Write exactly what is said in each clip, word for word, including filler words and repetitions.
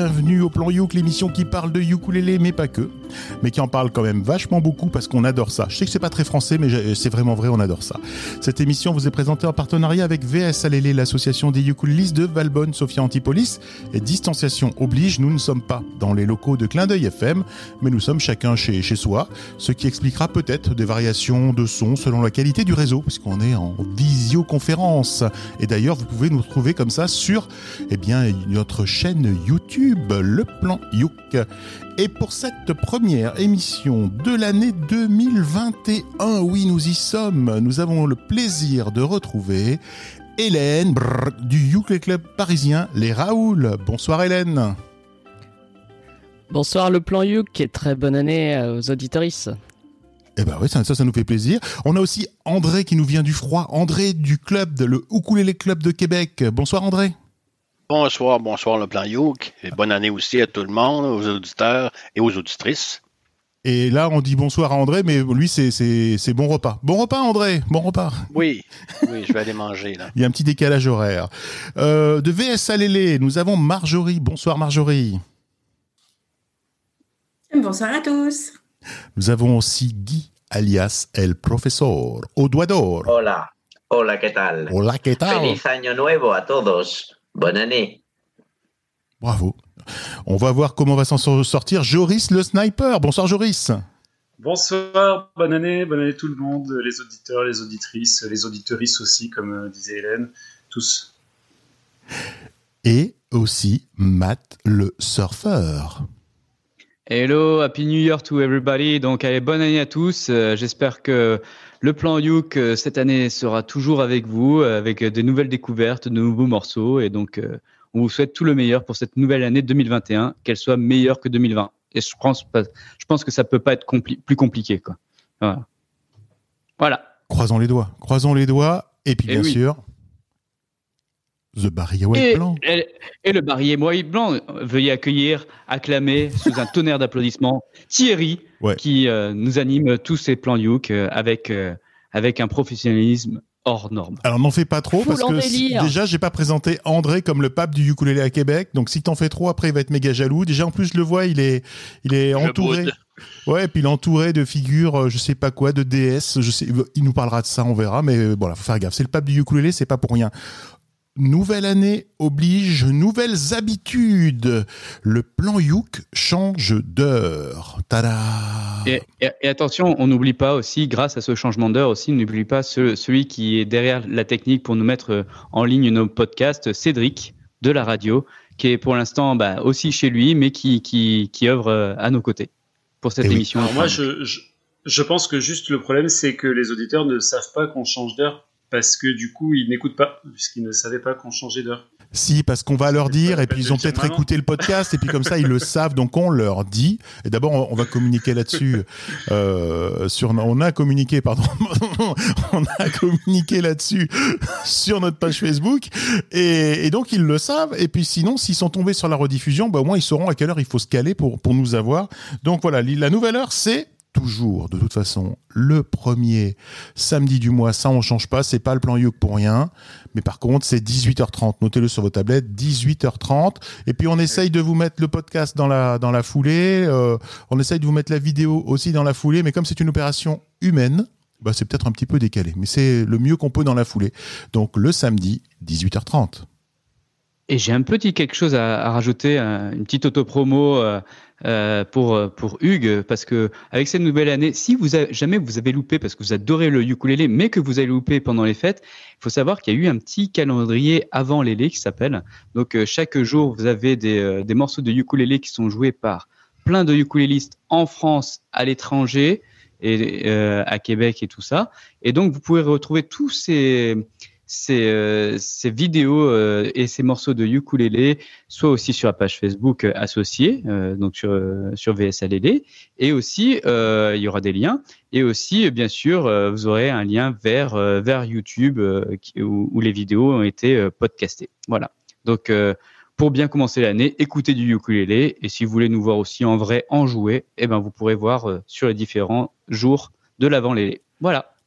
bienvenue au Plan Youk, l'émission qui parle de ukulélé, mais pas que, mais qui en parle quand même vachement beaucoup parce qu'on adore ça. Je sais que c'est pas très français, mais c'est vraiment vrai, on adore ça. Cette émission vous est présentée en partenariat avec V S Alélé, l'association des ukulélistes de Valbonne, Sophia Antipolis, et distanciation oblige, nous ne sommes pas dans les locaux de Clin d'œil F M, mais nous sommes chacun chez, chez soi, ce qui expliquera peut-être des variations de son selon la qualité du réseau, puisqu'on est en visioconférence. Et d'ailleurs, vous pouvez nous retrouver comme ça sur eh bien, notre chaîne YouTube, Le Plan Youk. Et pour cette première émission de l'année deux mille vingt et un, oui, nous y sommes, nous avons le plaisir de retrouver Hélène brrr, du Ukulélé Club parisien, les Raoul. Bonsoir Hélène. Bonsoir Le Plan Youk et très bonne année aux auditorices. Eh ben oui, ça, ça, ça nous fait plaisir. On a aussi André qui nous vient du froid. André du club, de, le Ukulélé Club de Québec. Bonsoir André. Bonsoir, bonsoir Le Plan Youk. Et bonne année aussi à tout le monde, aux auditeurs et aux auditrices. Et là, on dit bonsoir à André, mais lui, c'est, c'est, c'est bon repas. Bon repas André, bon repas. Oui, oui, je vais aller manger là. Il y a un petit décalage horaire. Euh, de V S Alélé, nous avons Marjorie. Bonsoir Marjorie. Bonsoir à tous. Nous avons aussi Guy, alias El Profesor, au doigt d'or. Hola, hola, ¿qué tal? Hola, ¿qué tal? Feliz año nuevo a todos. Bonne année. Bravo. On va voir comment va s'en sortir Joris le sniper. Bonsoir Joris. Bonsoir, bonne année, bonne année tout le monde, les auditeurs, les auditrices, les auditrices aussi, comme disait Hélène, tous. Et aussi Matt le surfeur. Hello, Happy New Year to everybody. Donc, allez, bonne année à tous. Euh, j'espère que le Plan Youk euh, cette année sera toujours avec vous, euh, avec de nouvelles découvertes, de nouveaux morceaux. Et donc, euh, on vous souhaite tout le meilleur pour cette nouvelle année deux mille vingt et un, qu'elle soit meilleure que deux mille vingt. Et je pense, pas, je pense que ça peut pas être compli- plus compliqué, quoi. Voilà. Voilà. Croisons les doigts. Croisons les doigts. Et puis, et bien oui. sûr, The Barillet White et, Blanc. Et, et le Barillet White Blanc. Veuillez accueillir, acclamer, sous un tonnerre d'applaudissements, Thierry, ouais. qui euh, nous anime tous ces plans Youk euh, avec, euh, avec un professionnalisme hors norme. Alors n'en fais pas trop, Full parce que si, déjà j'ai pas présenté André comme le pape du ukulélé à Québec, donc si t'en fais trop, après il va être méga jaloux. Déjà en plus je le vois, il est, il est entouré. Ouais, puis il est entouré de figures, je sais pas quoi, de déesses. Je sais, il nous parlera de ça, on verra, mais bon, là, faut faire gaffe. C'est le pape du ukulélé, c'est pas pour rien. Nouvelle année oblige nouvelles habitudes. Le Plan Youk change d'heure. Tada! Et, et, et attention, on n'oublie pas aussi, grâce à ce changement d'heure aussi, on n'oublie pas ce, celui qui est derrière la technique pour nous mettre en ligne nos podcasts, Cédric de la radio, qui est pour l'instant bah, aussi chez lui, mais qui, qui, qui œuvre à nos côtés pour cette et émission. Oui. Alors moi, je, je, je pense que juste le problème, c'est que les auditeurs ne savent pas qu'on change d'heure. Parce que du coup, ils n'écoutent pas, puisqu'ils ne savaient pas qu'on changeait d'heure. Si, parce qu'on va leur dire, et puis ils ont peut-être maintenant. écouté le podcast, et puis comme ça, ils le savent, donc on leur dit. Et d'abord, on va communiquer là-dessus. Euh, sur, on a communiqué, pardon, on a communiqué là-dessus sur notre page Facebook, et, et donc ils le savent. Et puis sinon, s'ils sont tombés sur la rediffusion, bah, au moins ils sauront à quelle heure il faut se caler pour, pour nous avoir. Donc voilà, la nouvelle heure, c'est toujours, de toute façon, le premier samedi du mois, ça on change pas, c'est pas le Plan Youk pour rien, mais par contre c'est dix-huit heures trente, notez-le sur vos tablettes, dix-huit heures trente, et puis on essaye de vous mettre le podcast dans la, dans la foulée, euh, on essaye de vous mettre la vidéo aussi dans la foulée, mais comme c'est une opération humaine, bah c'est peut-être un petit peu décalé, mais c'est le mieux qu'on peut dans la foulée. Donc le samedi, dix-huit heures trente. Et j'ai un petit quelque chose à, à rajouter, une petite auto-promo euh, euh, pour, pour Hugues, parce que avec cette nouvelle année, si vous avez, jamais vous avez loupé, parce que vous adorez le ukulélé, mais que vous avez loupé pendant les fêtes, il faut savoir qu'il y a eu un petit calendrier avant l'élé qui s'appelle. Donc euh, chaque jour, vous avez des, euh, des morceaux de ukulélé qui sont joués par plein de ukulélistes en France, à l'étranger, et euh, à Québec et tout ça. Et donc vous pouvez retrouver tous ces... Ces, euh, ces vidéos euh, et ces morceaux de ukulélé, soit aussi sur la page Facebook euh, associée, euh, donc sur, euh, sur V S Alélé, et aussi euh, il y aura des liens, et aussi bien sûr euh, vous aurez un lien vers, euh, vers YouTube euh, qui, où, où les vidéos ont été euh, podcastées. Voilà. Donc euh, pour bien commencer l'année, écoutez du ukulélé, et si vous voulez nous voir aussi en vrai en jouer, eh ben vous pourrez voir euh, sur les différents jours de l'avant-lélé. Voilà.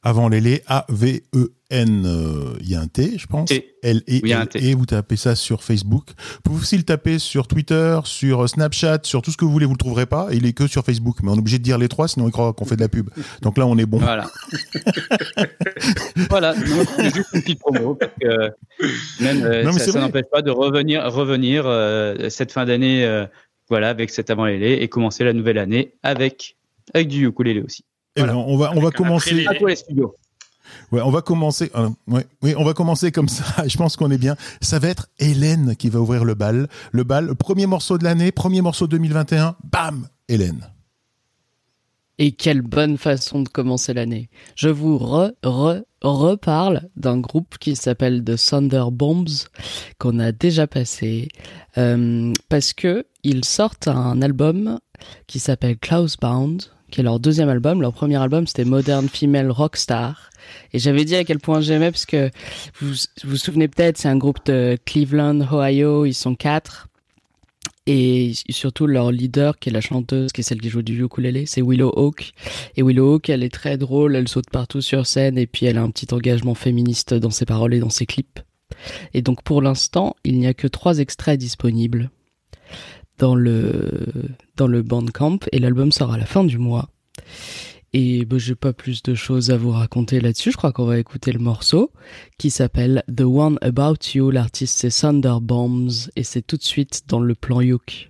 Avant Lélé, A V E N, il euh, y a un T, je pense. Et. L E Oui, L E, vous tapez ça sur Facebook. Vous pouvez aussi le taper sur Twitter, sur Snapchat, sur tout ce que vous voulez, vous le trouverez pas. Il est que sur Facebook, mais on est obligé de dire les trois, sinon il croit qu'on fait de la pub. Donc là, on est bon. Voilà. Voilà, donc c'est juste une petite promo, parce que même euh, non, mais ça, ça n'empêche pas de revenir, revenir euh, cette fin d'année, euh, voilà, avec cet avant Lélé et commencer la nouvelle année avec avec du ukulélé aussi. Eh ben, on va on va commencer. À toi les studios. Ouais, on va commencer. Euh, ouais, oui, on va commencer comme ça. Je pense qu'on est bien. Ça va être Hélène qui va ouvrir le bal. Le bal, premier morceau de l'année, premier morceau deux mille vingt et un. Bam, Hélène. Et quelle bonne façon de commencer l'année. Je vous re, re, reparle d'un groupe qui s'appelle The Thunderbombs, qu'on a déjà passé, euh, parce que ils sortent un album qui s'appelle Clousebound, qui est leur deuxième album. Leur premier album, c'était Modern Female Rockstar. Et j'avais dit à quel point j'aimais, parce que vous vous, vous souvenez peut-être, c'est un groupe de Cleveland, Ohio, ils sont quatre. Et surtout leur leader, qui est la chanteuse, qui est celle qui joue du ukulélé, c'est Willow Hawk. Et Willow Hawk, elle est très drôle, elle saute partout sur scène, et puis elle a un petit engagement féministe dans ses paroles et dans ses clips. Et donc pour l'instant, il n'y a que trois extraits disponibles dans le, dans le Bandcamp, et l'album sort à la fin du mois. Et ben, j'ai pas plus de choses à vous raconter là-dessus. Je crois qu'on va écouter le morceau qui s'appelle The One About You. L'artiste c'est Thunderbombs et c'est tout de suite dans le plan Youk.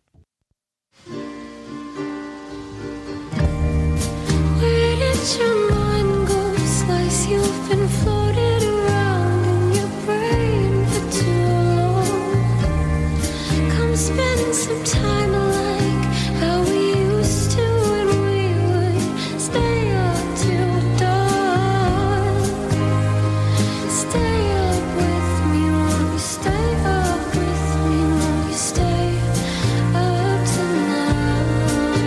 Where did your mind go? Slice you've been floated around in your brain for too long. Come spend some time alike how we used to when we would stay up till dawn. Stay up with me, won't you stay up with me, won't you stay up tonight?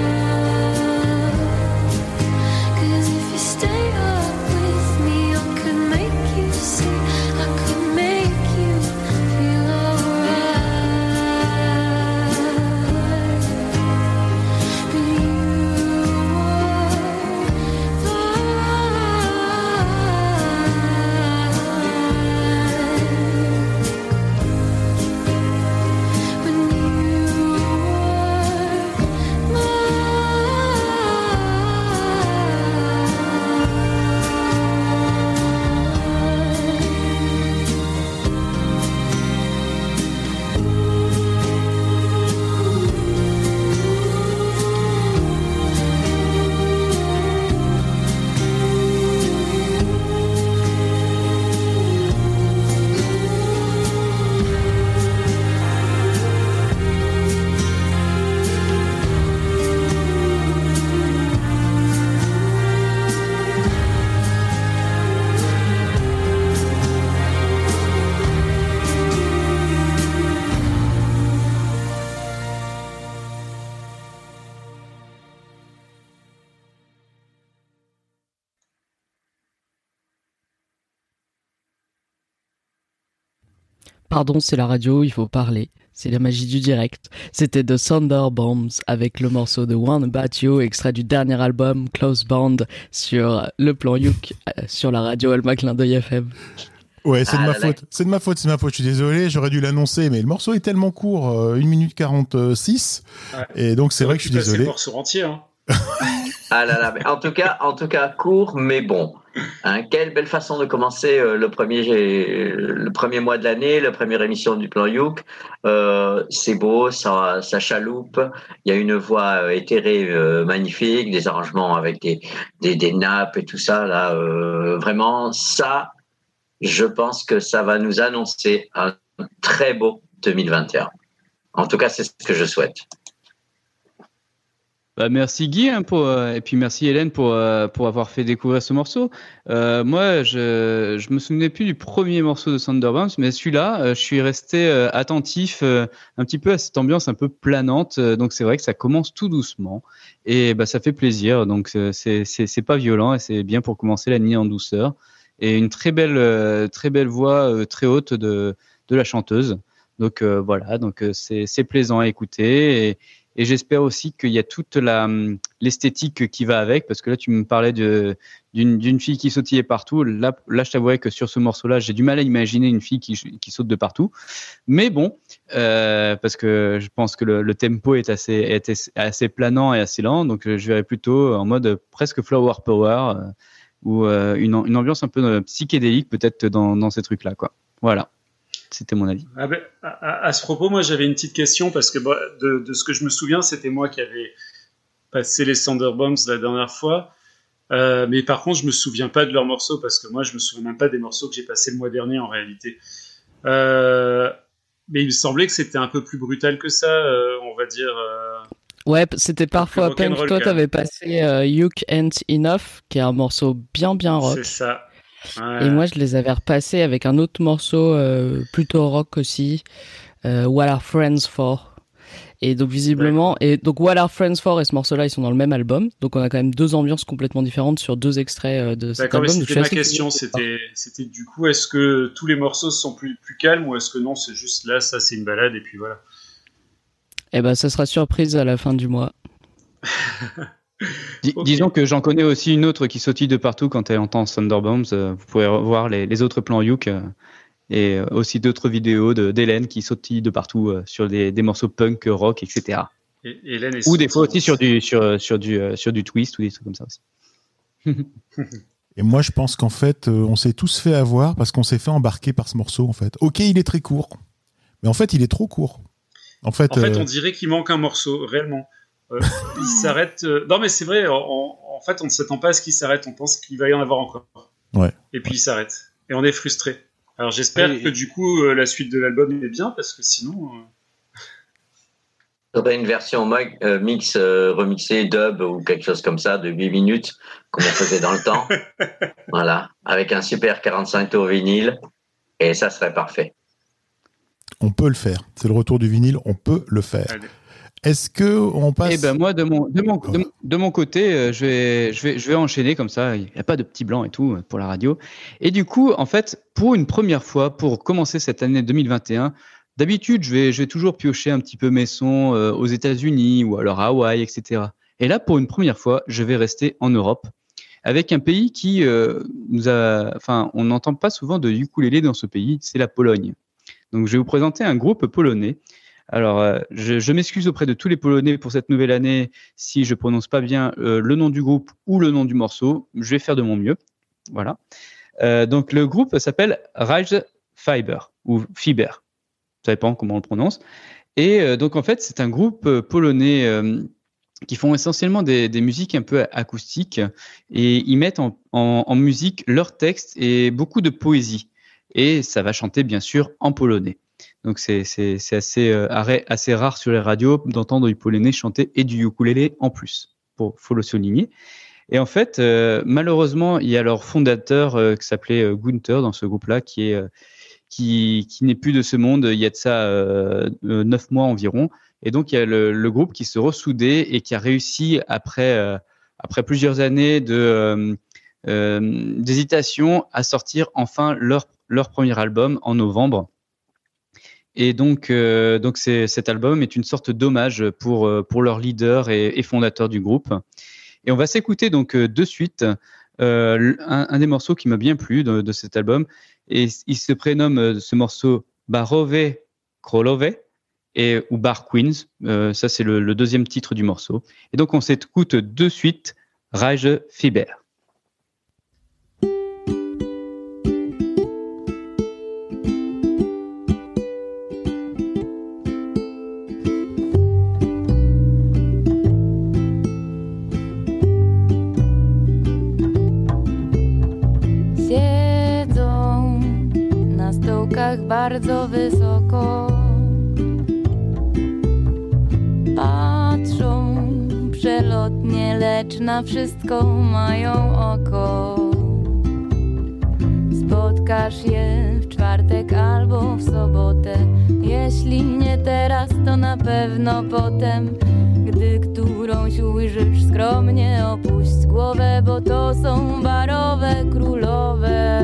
'Cause if you stay up with me, I could make you see, I could make you feel alright. But you Pardon, c'est la radio, il faut parler. C'est la magie du direct. C'était The Thunderbombs avec le morceau de One About You, extrait du dernier album Clousebound sur le plan Youk, euh, sur la radio Alma Clin d'œil F M. Ouais, c'est Ah de ma là là. faute. C'est de ma faute, c'est de ma faute. Je suis désolé, j'aurais dû l'annoncer, mais le morceau est tellement court, euh, une minute quarante-six. Ouais. Et donc, c'est vrai que je suis Tu passes désolé. le morceau entier, hein. Ah là là, mais en tout cas, en tout cas, court, mais bon. Hein, quelle belle façon de commencer euh, le premier, le premier mois de l'année, la première émission du Plan Youk. Euh, c'est beau, ça, ça chaloupe. Il y a une voix euh, éthérée euh, magnifique, des arrangements avec des, des, des nappes et tout ça. Là, euh, vraiment, ça, je pense que ça va nous annoncer un très beau deux mille vingt et un. En tout cas, c'est ce que je souhaite. Bah, merci Guy hein, pour, euh, et puis merci Hélène pour, euh, pour avoir fait découvrir ce morceau. Euh, moi, je je me souvenais plus du premier morceau de Thunderbombs, mais celui-là, euh, je suis resté euh, attentif euh, un petit peu à cette ambiance un peu planante. Euh, donc c'est vrai que ça commence tout doucement et bah ça fait plaisir. Donc euh, c'est c'est c'est pas violent et c'est bien pour commencer l'année en douceur. Et une très belle euh, très belle voix euh, très haute de de la chanteuse. Donc euh, voilà, donc euh, c'est c'est plaisant à écouter et Et j'espère aussi qu'il y a toute la, l'esthétique qui va avec, parce que là, tu me parlais de, d'une, d'une fille qui sautillait partout. Là, là, je t'avouerais que sur ce morceau-là, j'ai du mal à imaginer une fille qui, qui saute de partout. Mais bon, euh, parce que je pense que le, le tempo est assez, est assez planant et assez lent, donc je verrais plutôt en mode presque flower power, euh, ou euh, une, une ambiance un peu psychédélique peut-être dans, dans ces trucs-là, quoi. Voilà. C'était mon avis. Ah ben, à, à ce propos, moi j'avais une petite question parce que bah, de, de ce que je me souviens, c'était moi qui avais passé les Thunderbombs la dernière fois. Euh, mais par contre, je me souviens pas de leurs morceaux parce que moi je me souviens même pas des morceaux que j'ai passés le mois dernier en réalité. Euh, mais il me semblait que c'était un peu plus brutal que ça, euh, on va dire. Euh, Ouais, c'était parfois Punk. Toi, t'avais passé euh, You Can't Enough, qui est un morceau bien bien rock. C'est ça. Ouais. Et moi, je les avais repassés avec un autre morceau euh, plutôt rock aussi, euh, What Are Friends For. Et donc visiblement, et donc What Are Friends For et ce morceau-là, ils sont dans le même album. Donc on a quand même deux ambiances complètement différentes sur deux extraits euh, de cet D'accord, album. mais c'était ma question, c'était, c'était du coup, est-ce que tous les morceaux sont plus, plus calmes ou est-ce que non, c'est juste là, ça c'est une balade et puis voilà. Eh ben, ça sera surprise à la fin du mois. Dis, okay. Disons que j'en connais aussi une autre qui sautille de partout quand elle entend Thunderbombs. Euh, vous pouvez voir les, les autres plans Youk euh, et aussi d'autres vidéos de, d'Hélène qui sautille de partout euh, sur des, des morceaux punk, rock, et cetera. Et, Hélène est ou des fois aussi sur du, sur, sur, du, euh, sur du twist ou des trucs comme ça aussi. Et moi, je pense qu'en fait, euh, on s'est tous fait avoir parce qu'on s'est fait embarquer par ce morceau. En fait, ok, il est très court, mais en fait, il est trop court. En fait, en fait euh... on dirait qu'il manque un morceau, réellement. Euh, il s'arrête. Euh... Non, mais c'est vrai. En, en fait, on ne s'attend pas à ce qu'il s'arrête. On pense qu'il va y en avoir encore. Ouais. Et puis il s'arrête. Et on est frustré. Alors j'espère oui, que du coup euh, la suite de l'album est bien parce que sinon. Euh... Il faudrait une version mag, euh, mix euh, remixée dub ou quelque chose comme ça de huit minutes comme on faisait dans le temps. Voilà, avec un super quarante-cinq tours vinyle et ça serait parfait. On peut le faire. C'est le retour du vinyle. On peut le faire. Allez. Est-ce que on passe? Eh ben moi de mon de mon de mon, de mon côté, euh, je vais je vais je vais enchaîner comme ça. Il n'y a pas de petits blancs et tout pour la radio. Et du coup, en fait, pour une première fois, pour commencer cette année deux mille vingt et un, d'habitude, je vais je vais toujours piocher un petit peu mes sons euh, aux États-Unis ou alors à Hawaï, et cetera. Et là, pour une première fois, je vais rester en Europe avec un pays qui euh, nous a, enfin, on n'entend pas souvent de ukulélé dans ce pays, c'est la Pologne. Donc, je vais vous présenter un groupe polonais. Alors, euh, je, je m'excuse auprès de tous les Polonais pour cette nouvelle année si je prononce pas bien euh, le nom du groupe ou le nom du morceau. Je vais faire de mon mieux. Voilà. Euh, donc, le groupe s'appelle Rise Fiber ou Fiber. Ça dépend comment on le prononce. Et euh, donc, en fait, c'est un groupe euh, polonais euh, qui font essentiellement des, des musiques un peu acoustiques et ils mettent en, en, en musique leurs textes et beaucoup de poésie. Et ça va chanter, bien sûr, en polonais. Donc, c'est, c'est, c'est assez, euh, assez rare sur les radios d'entendre du polonais chanter et du ukulélé en plus. Il faut le souligner. Et en fait, euh, malheureusement, il y a leur fondateur euh, qui s'appelait euh, Gunther dans ce groupe-là, qui, est, euh, qui, qui n'est plus de ce monde. Il y a de ça euh, neuf mois environ. Et donc, il y a le, le groupe qui se ressoudait et qui a réussi, après, euh, après plusieurs années de, euh, euh, d'hésitation, à sortir enfin leur leur premier album en novembre. Et donc, euh, donc c'est, cet album est une sorte d'hommage pour, pour leur leader et, et fondateur du groupe. Et on va s'écouter donc de suite euh, un, un des morceaux qui m'a bien plu de, de cet album. Et il se prénomme ce morceau Barove Królové et ou Bar Queens. Euh, ça, c'est le, le deuxième titre du morceau. Et donc, on s'écoute de suite Rise Fiber. Bardzo wysoko patrzą przelotnie, lecz na wszystko mają oko. Spotkasz je w czwartek albo w sobotę. Jeśli nie teraz, to na pewno potem. Gdy którąś ujrzysz, skromnie opuść głowę, bo to są barowe królowe.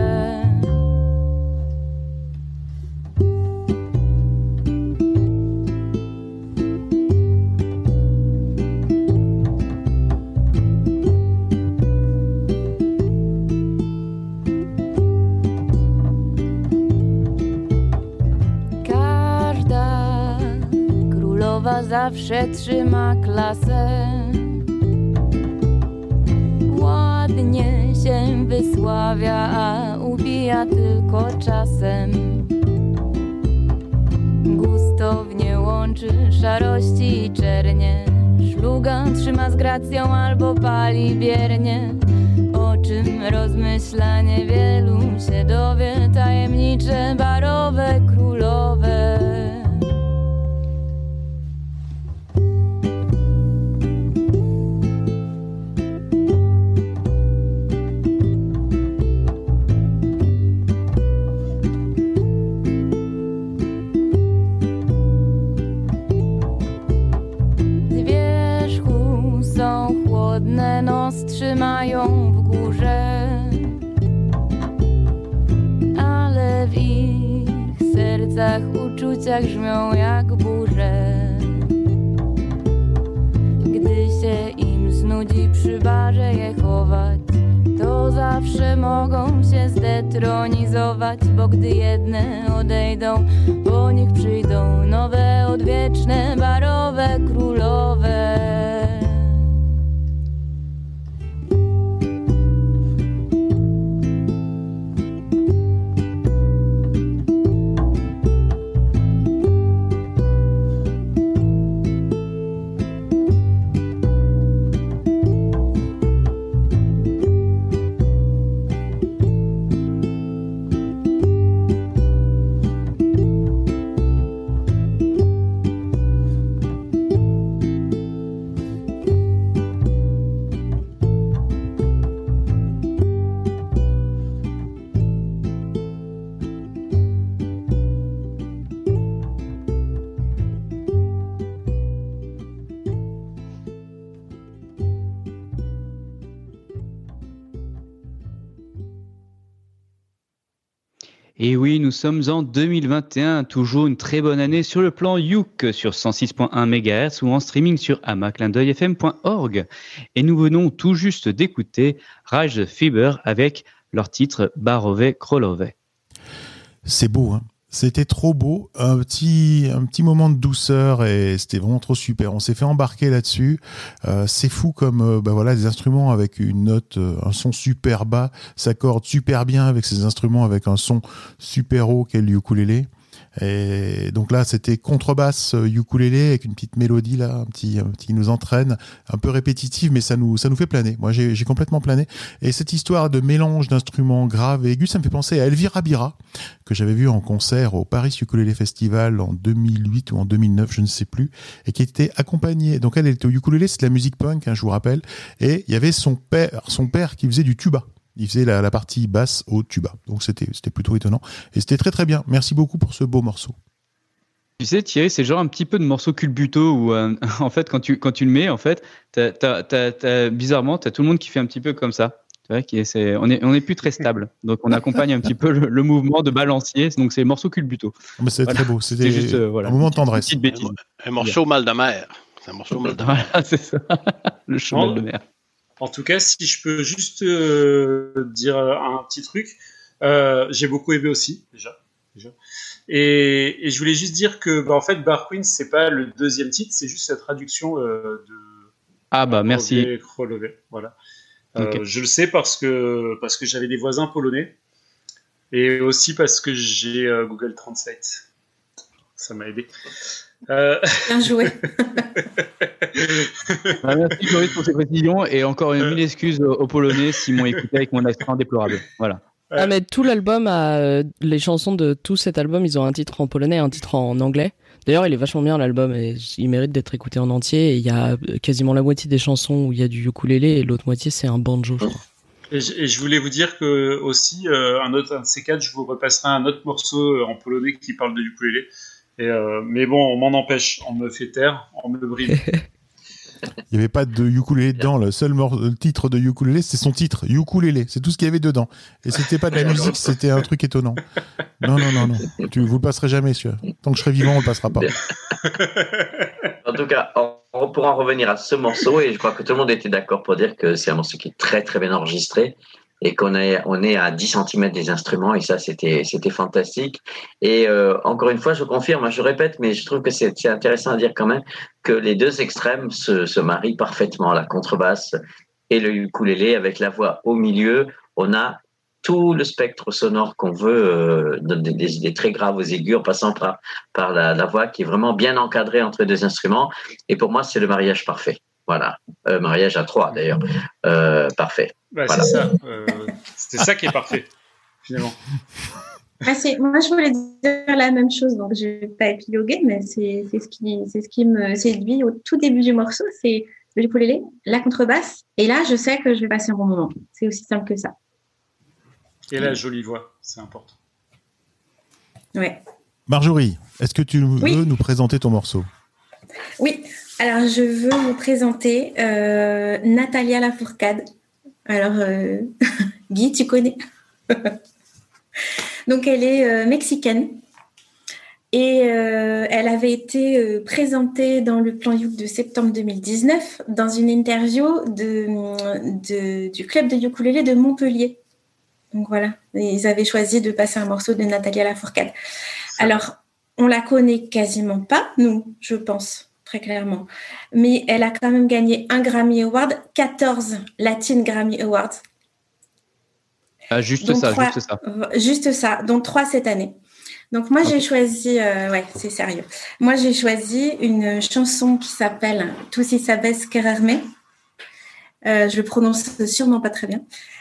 zawsze trzyma klasę. Ładnie się wysławia, a ubija tylko czasem. Gustownie łączy szarości i czernie. Szluga trzyma z gracją albo pali biernie. O czym rozmyśla niewielu się dowie. Tajemnicze, barowe, królowe. Nos trzymają w górze, ale w ich sercach uczucia grzmią jak burze. Gdy się im znudzi przy barze je chować, to zawsze mogą się zdetronizować, bo gdy jedne odejdą, po nich przyjdą nowe, odwieczne, barowe, królowe. Et oui, nous sommes en deux mille vingt et un, toujours une très bonne année sur le plan Youk sur cent six virgule un mégahertz ou en streaming sur amaclindeuil f m point org. Et nous venons tout juste d'écouter Rage the Fever avec leur titre Barove Krolove. C'est beau, hein. C'était trop beau, un petit, un petit moment de douceur et c'était vraiment trop super. On s'est fait embarquer là-dessus. Euh, c'est fou comme, euh, bah voilà, des instruments avec une note, euh, un son super bas s'accordent super bien avec ces instruments avec un son super haut qu'est le ukulélé. Et donc là, c'était contrebasse ukulélé avec une petite mélodie là, un petit, un petit qui nous entraîne, un peu répétitive, mais ça nous, ça nous fait planer. Moi, j'ai, j'ai complètement plané. Et cette histoire de mélange d'instruments graves et aigus, ça me fait penser à Elvira Bira, que j'avais vu en concert au Paris Ukulélé Festival en deux mille huit ou en deux mille neuf, je ne sais plus, et qui était accompagnée. Donc elle, elle était au ukulélé, c'est de la musique punk, hein, je vous rappelle. Et il y avait son père, son père qui faisait du tuba. Il faisait la, la partie basse au tuba. Donc c'était, c'était plutôt étonnant. Et c'était très très bien. Merci beaucoup pour ce beau morceau. Tu sais, Thierry, c'est genre un petit peu de morceau culbuto où, euh, en fait, quand tu, quand tu le mets, en fait, t'as, t'as, t'as, t'as, bizarrement, t'as tout le monde qui fait un petit peu comme ça. Tu vois, qui est, c'est, on est, on est plus très stable. Donc on accompagne un petit peu le, le mouvement de balancier. Donc c'est le morceau culbuto. Mais c'est voilà. très beau. C'était, C'était juste, euh, voilà, un moment de tendresse. Petite bêtise. Un morceau mal de mer. C'est un morceau mal de mer. Voilà, c'est ça. Le cheval de mer. En tout cas, si je peux juste euh, dire un petit truc, euh, j'ai beaucoup aimé aussi déjà. déjà. Et, et je voulais juste dire que, bah, en fait, Bar Queen, c'est pas le deuxième titre, c'est juste la traduction euh, de. Ah bah merci. Krolove, voilà. Euh, Okay. Je le sais parce que parce que j'avais des voisins polonais et aussi parce que j'ai euh, Google Translate. Ça m'a aidé. Euh... Bien joué. Ah, merci Joris pour ces précisions et encore une mille excuses aux, aux Polonais s'ils m'ont écouté avec mon accent déplorable. Voilà. Ah mais tout l'album a euh, les chansons de tout cet album, ils ont un titre en polonais et un titre en anglais. D'ailleurs, il est vachement bien l'album et il mérite d'être écouté en entier. Et il y a quasiment la moitié des chansons où il y a du ukulélé et l'autre moitié c'est un banjo, je crois. Et je, et je voulais vous dire que aussi euh, un autre un de ces quatre, je vous repasserai un autre morceau en polonais qui parle de ukulélé. Et euh, mais bon, on m'en empêche, on me fait taire, on me brille. Il n'y avait pas de ukulélé dedans. Le seul mor- le titre de ukulélé, c'est son titre, ukulélé. C'est tout ce qu'il y avait dedans. Et c'était pas de la musique, c'était un truc étonnant. Non, non, non, non. Tu, vous le passerez jamais, celui-là. Tant que je serai vivant, on le passera pas. En tout cas, on pourra en revenir à ce morceau et je crois que tout le monde était d'accord pour dire que c'est un morceau qui est très très bien enregistré et qu'on est, on est à dix centimètres des instruments, et ça, c'était, c'était fantastique. Et euh, encore une fois, je confirme, je répète, mais je trouve que c'est, c'est intéressant à dire quand même que les deux extrêmes se, se marient parfaitement, la contrebasse et le ukulélé, avec la voix au milieu. On a tout le spectre sonore qu'on veut, euh, des, des idées très graves aux aigus, en passant par, par la, la voix qui est vraiment bien encadrée entre les deux instruments. Et pour moi, c'est le mariage parfait. Voilà, euh, mariage à trois d'ailleurs, euh, parfait. Bah, voilà. C'est ça, euh, c'était ça qui est parfait, finalement. Ah, c'est, moi, je voulais dire la même chose, donc je ne vais pas épiloguer, mais c'est, c'est, ce qui, c'est ce qui me séduit au tout début du morceau, c'est le ukulélé, la contrebasse, et là, je sais que je vais passer un bon moment. C'est aussi simple que ça. Et la jolie voix, c'est important. Ouais. Marjorie, est-ce que tu veux oui. nous présenter ton morceau ? Oui, alors je veux vous présenter euh, Natalia Lafourcade. Alors, euh, Guy, tu connais. Donc, elle est euh, mexicaine et euh, elle avait été euh, présentée dans le plan Youk de septembre deux mille dix-neuf dans une interview de, de, du club de ukulélé de Montpellier. Donc voilà, ils avaient choisi de passer un morceau de Natalia Lafourcade. Alors, on la connaît quasiment pas, nous, je pense, très clairement. Mais elle a quand même gagné un Grammy Award, quatorze Latin Grammy Awards. Ah, juste Donc ça, trois, juste ça. Juste ça, dont trois cette année. Donc moi, okay. j'ai choisi... Euh, ouais, c'est sérieux. Moi, j'ai choisi une chanson qui s'appelle « Tu si sabes quererme ». Euh, je le prononce sûrement pas très bien.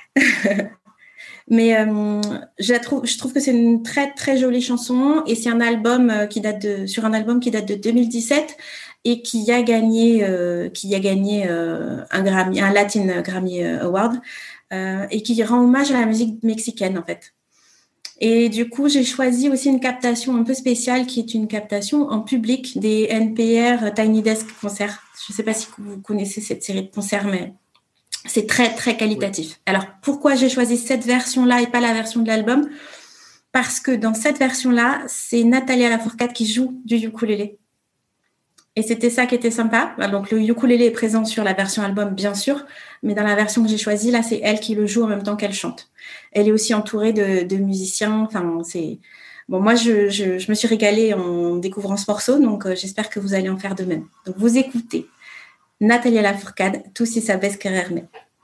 Mais euh, je, la trouve, je trouve que c'est une très, très jolie chanson et c'est un album qui date de, sur un album qui date de deux mille dix-sept et qui a gagné, euh, qui a gagné euh, un, Grammy, un Latin Grammy Award euh, et qui rend hommage à la musique mexicaine en fait. Et du coup, j'ai choisi aussi une captation un peu spéciale qui est une captation en public des N P R Tiny Desk Concerts. Je ne sais pas si vous connaissez cette série de concerts, mais... c'est très, très qualitatif. Oui. Alors, pourquoi j'ai choisi cette version-là et pas la version de l'album ? Parce que dans cette version-là, c'est Natalia Lafourcade qui joue du ukulélé. Et c'était ça qui était sympa. Donc, le ukulélé est présent sur la version album, bien sûr, mais dans la version que j'ai choisie, là, c'est elle qui le joue en même temps qu'elle chante. Elle est aussi entourée de, de musiciens. Enfin, c'est... Bon, moi, je, je, je me suis régalée en découvrant ce morceau, donc euh, j'espère que vous allez en faire de même. Donc, vous écoutez Natalia Lafourcade, Tu si sabes quererme.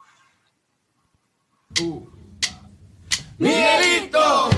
Uh. Miguelito.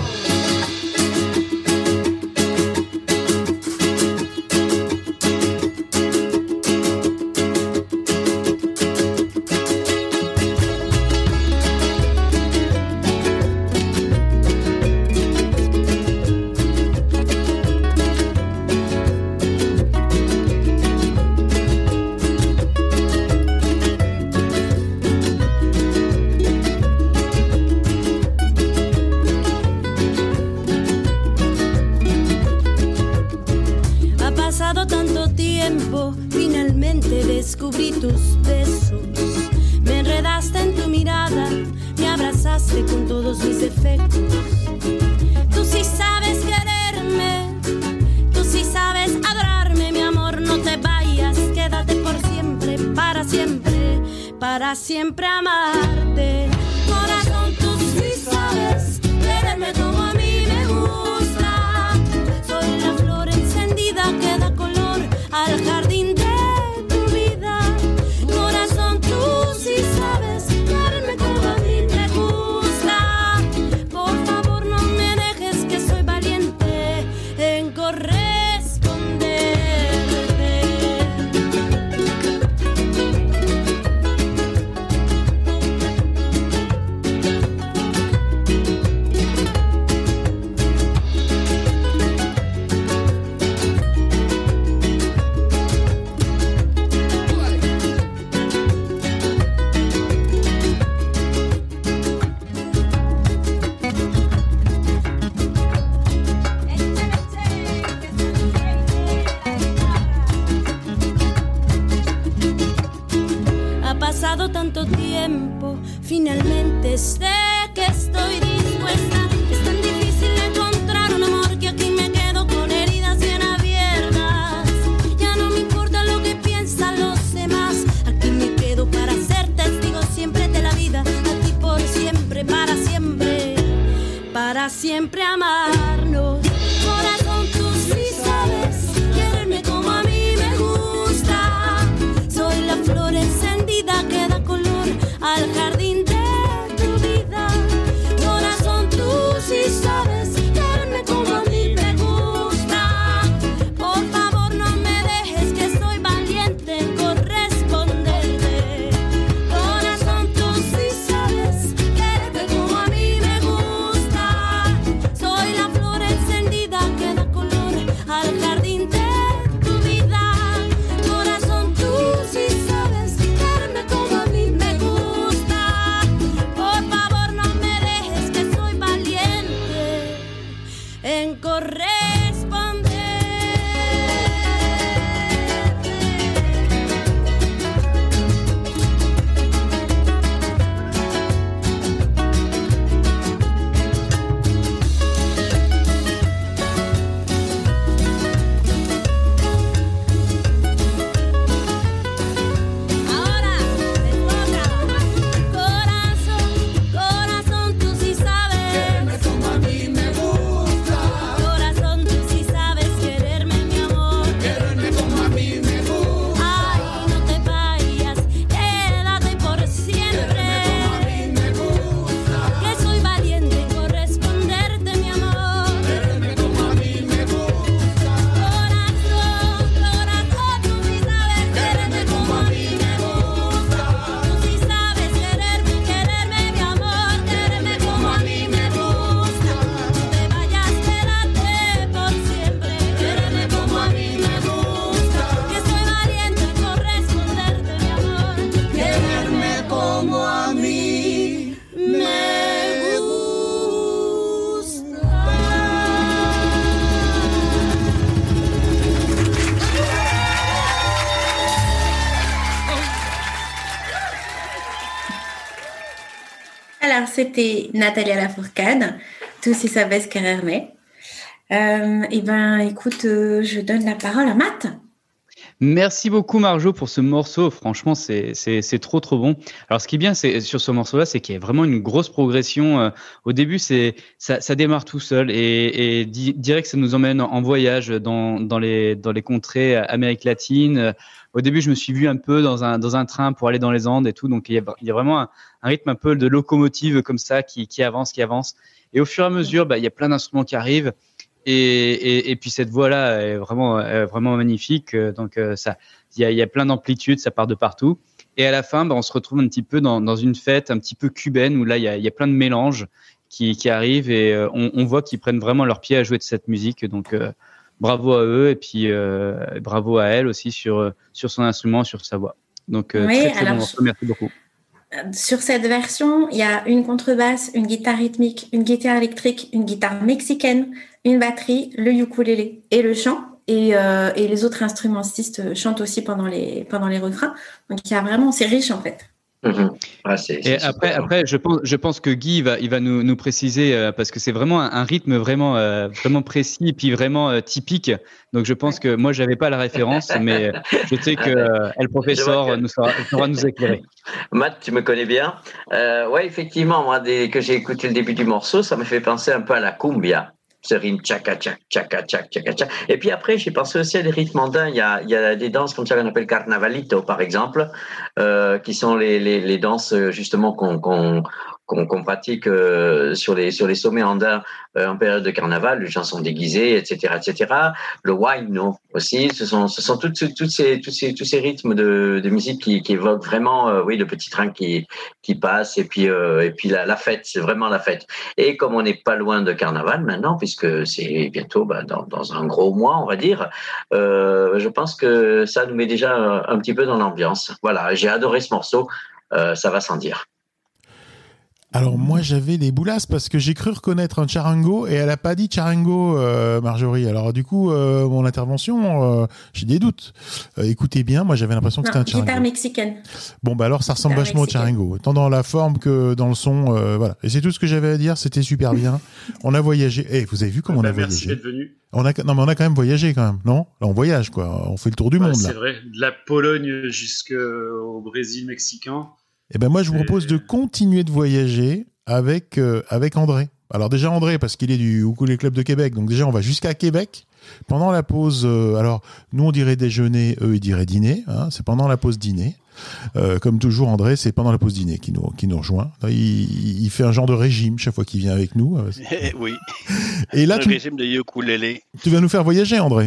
Descubrí tus besos, me enredaste en tu mirada, me abrazaste con todos mis defectos. Tú sí sabes quererme, tú sí sabes adorarme, mi amor, no te vayas, quédate por siempre, para siempre, para siempre amarte. Corazón, tú sí sabes quererme como a mí me gusta. Soy la flor encendida que da color al jardín de tanto tiempo, finalmente sé que estoy dispuesta. Es tan difícil encontrar un amor que aquí me quedo con heridas bien abiertas. Ya no me importa lo que piensan los demás, aquí me quedo para ser testigo siempre de la vida, a ti por siempre. siempre amarnos. Corazón, tú sí sabes quererme como a mí me gusta. Soy la flor encendida que da color al jardín de tu vida. Corazón, tú sí sabes quererme como a mí me gusta. Por favor, no me dejes que soy valiente en corresponderte. Corazón, tú sí sabes quererme como a mí me gusta. Soy la flor encendida que da color al jardín de tu vida. Corazón, tú sí sabes quererme como a mí me gusta. Por favor, no me dejes que soy valiente en corresponder. Ahora te toca. Corazón, corazón, tú sí sabes quererme como a mí me gusta. Corazón, tú sí sabes quererme, mi amor. Quererme como a mí me gusta. Ay, no te vayas, quédate por siempre. Quererme como a mí me gusta. Que soy valiente en corresponderte, mi amor. Quererme como a mí me gusta. Corazón, corazón, tú sí sabes quererme como a mí me gusta. Tú sí sabes quererme, quererme, mi amor. Quererme como a mí me gusta. No te vayas, quédate por siempre. Quererme como a mí me gusta. Que soy valiente en corresponderte, mi amor. Quererme como a mí me gusta. Alors, c'était Natalia Lafourcade, Tous si sabes quererme. Euh, et ben, écoute, euh, je donne la parole à Matt. Merci beaucoup Marjo pour ce morceau. Franchement, c'est c'est c'est trop trop bon. Alors, ce qui est bien, c'est sur ce morceau-là, c'est qu'il y a vraiment une grosse progression. Euh, au début, c'est ça ça démarre tout seul et et di- direct, ça nous emmène en voyage dans dans les dans les contrées Amérique latine. Euh, Au début, je me suis vu un peu dans un dans un train pour aller dans les Andes et tout. Donc, il y a il y a vraiment un, un rythme un peu de locomotive comme ça qui qui avance, qui avance. Et au fur et à mesure, bah, il y a plein d'instruments qui arrivent. Et, et, et puis cette voix-là est vraiment, est vraiment magnifique. Donc euh, ça, il y a, il y a plein d'amplitudes, ça part de partout. Et à la fin, bah, on se retrouve un petit peu dans, dans une fête un petit peu cubaine où là, il y a, il y a plein de mélanges qui, qui arrivent et euh, on, on voit qu'ils prennent vraiment leur pied à jouer de cette musique. Donc euh, bravo à eux et puis euh, bravo à elle aussi sur sur son instrument, sur sa voix. Donc euh, Oui, très très alors, bon morceau. Merci beaucoup. Sur cette version, il y a une contrebasse, une guitare rythmique, une guitare électrique, une guitare mexicaine, une batterie, le ukulélé et le chant. Et, euh, et les autres instrumentistes chantent aussi pendant les, pendant les refrains. Donc, il y a vraiment, c'est riche en fait. Mhm. Ah, c'est- Et c'est après, super. après, je pense, je pense que Guy il va, il va nous, nous préciser euh, parce que c'est vraiment un, un rythme vraiment, euh, vraiment précis et puis vraiment euh, typique. Donc, je pense que moi, j'avais pas la référence, mais je sais que euh, El Professeur Je vois que- nous saura, saura nous éclairer. Matt, tu me connais bien. Euh, ouais, effectivement, moi, dès que j'ai écouté le début du morceau, ça me fait penser un peu à la cumbia. Ce rythme tchaka tchak tchaka tchak tchaka tchak. Et puis après, j'ai pensé aussi à des rythmes andins. Il y a, il y a des danses comme ça qu'on appelle carnavalito, par exemple, euh, qui sont les, les, les danses justement qu'on qu'on qu'on qu'on pratique euh, sur les sur les sommets andins euh, en période de carnaval. Les gens sont déguisés, et cetera, et cetera. Le huayno aussi. Ce sont ce sont toutes toutes ces tous ces tous ces rythmes de de musique qui qui évoquent vraiment euh, oui le petit train qui qui passe et puis euh, et puis la la fête. C'est vraiment la fête. Et comme on n'est pas loin de carnaval maintenant, puisque c'est bientôt bah, dans, dans un gros mois, on va dire, euh, je pense que ça nous met déjà un, un petit peu dans l'ambiance. Voilà, j'ai adoré ce morceau, euh, ça va sans dire. Alors moi j'avais les boulasses parce que j'ai cru reconnaître un charango et elle a pas dit charango, euh, Marjorie. Alors du coup euh, mon intervention, euh, j'ai des doutes. Euh, écoutez bien, moi j'avais l'impression que Non, c'était un charango. guitare mexicaine. Bon bah alors ça ressemble Guitare vachement au mexicaine. charango, tant dans la forme que dans le son. Euh, voilà. Et c'est tout ce que j'avais à dire. C'était super bien. On a voyagé. Eh, vous avez vu comment on Bah, a merci voyagé d'être venu. On a non mais on a quand même voyagé quand même, non? Là on voyage quoi. On fait le tour du Ouais, monde c'est là. vrai, de la Pologne jusqu'au Brésil mexicain. Et ben moi je vous Et- propose de continuer de voyager avec euh, avec André. Alors déjà André, parce qu'il est du Ukulélé Club de Québec, donc déjà on va jusqu'à Québec. Pendant la pause, euh, alors nous on dirait déjeuner, eux ils diraient dîner, hein, c'est pendant la pause dîner. Euh, comme toujours André, c'est pendant la pause dîner qui nous, qui nous rejoint. Il, il fait un genre de régime chaque fois qu'il vient avec nous. Oui, et là, un tu, régime de ukulélé. Tu vas nous faire voyager André.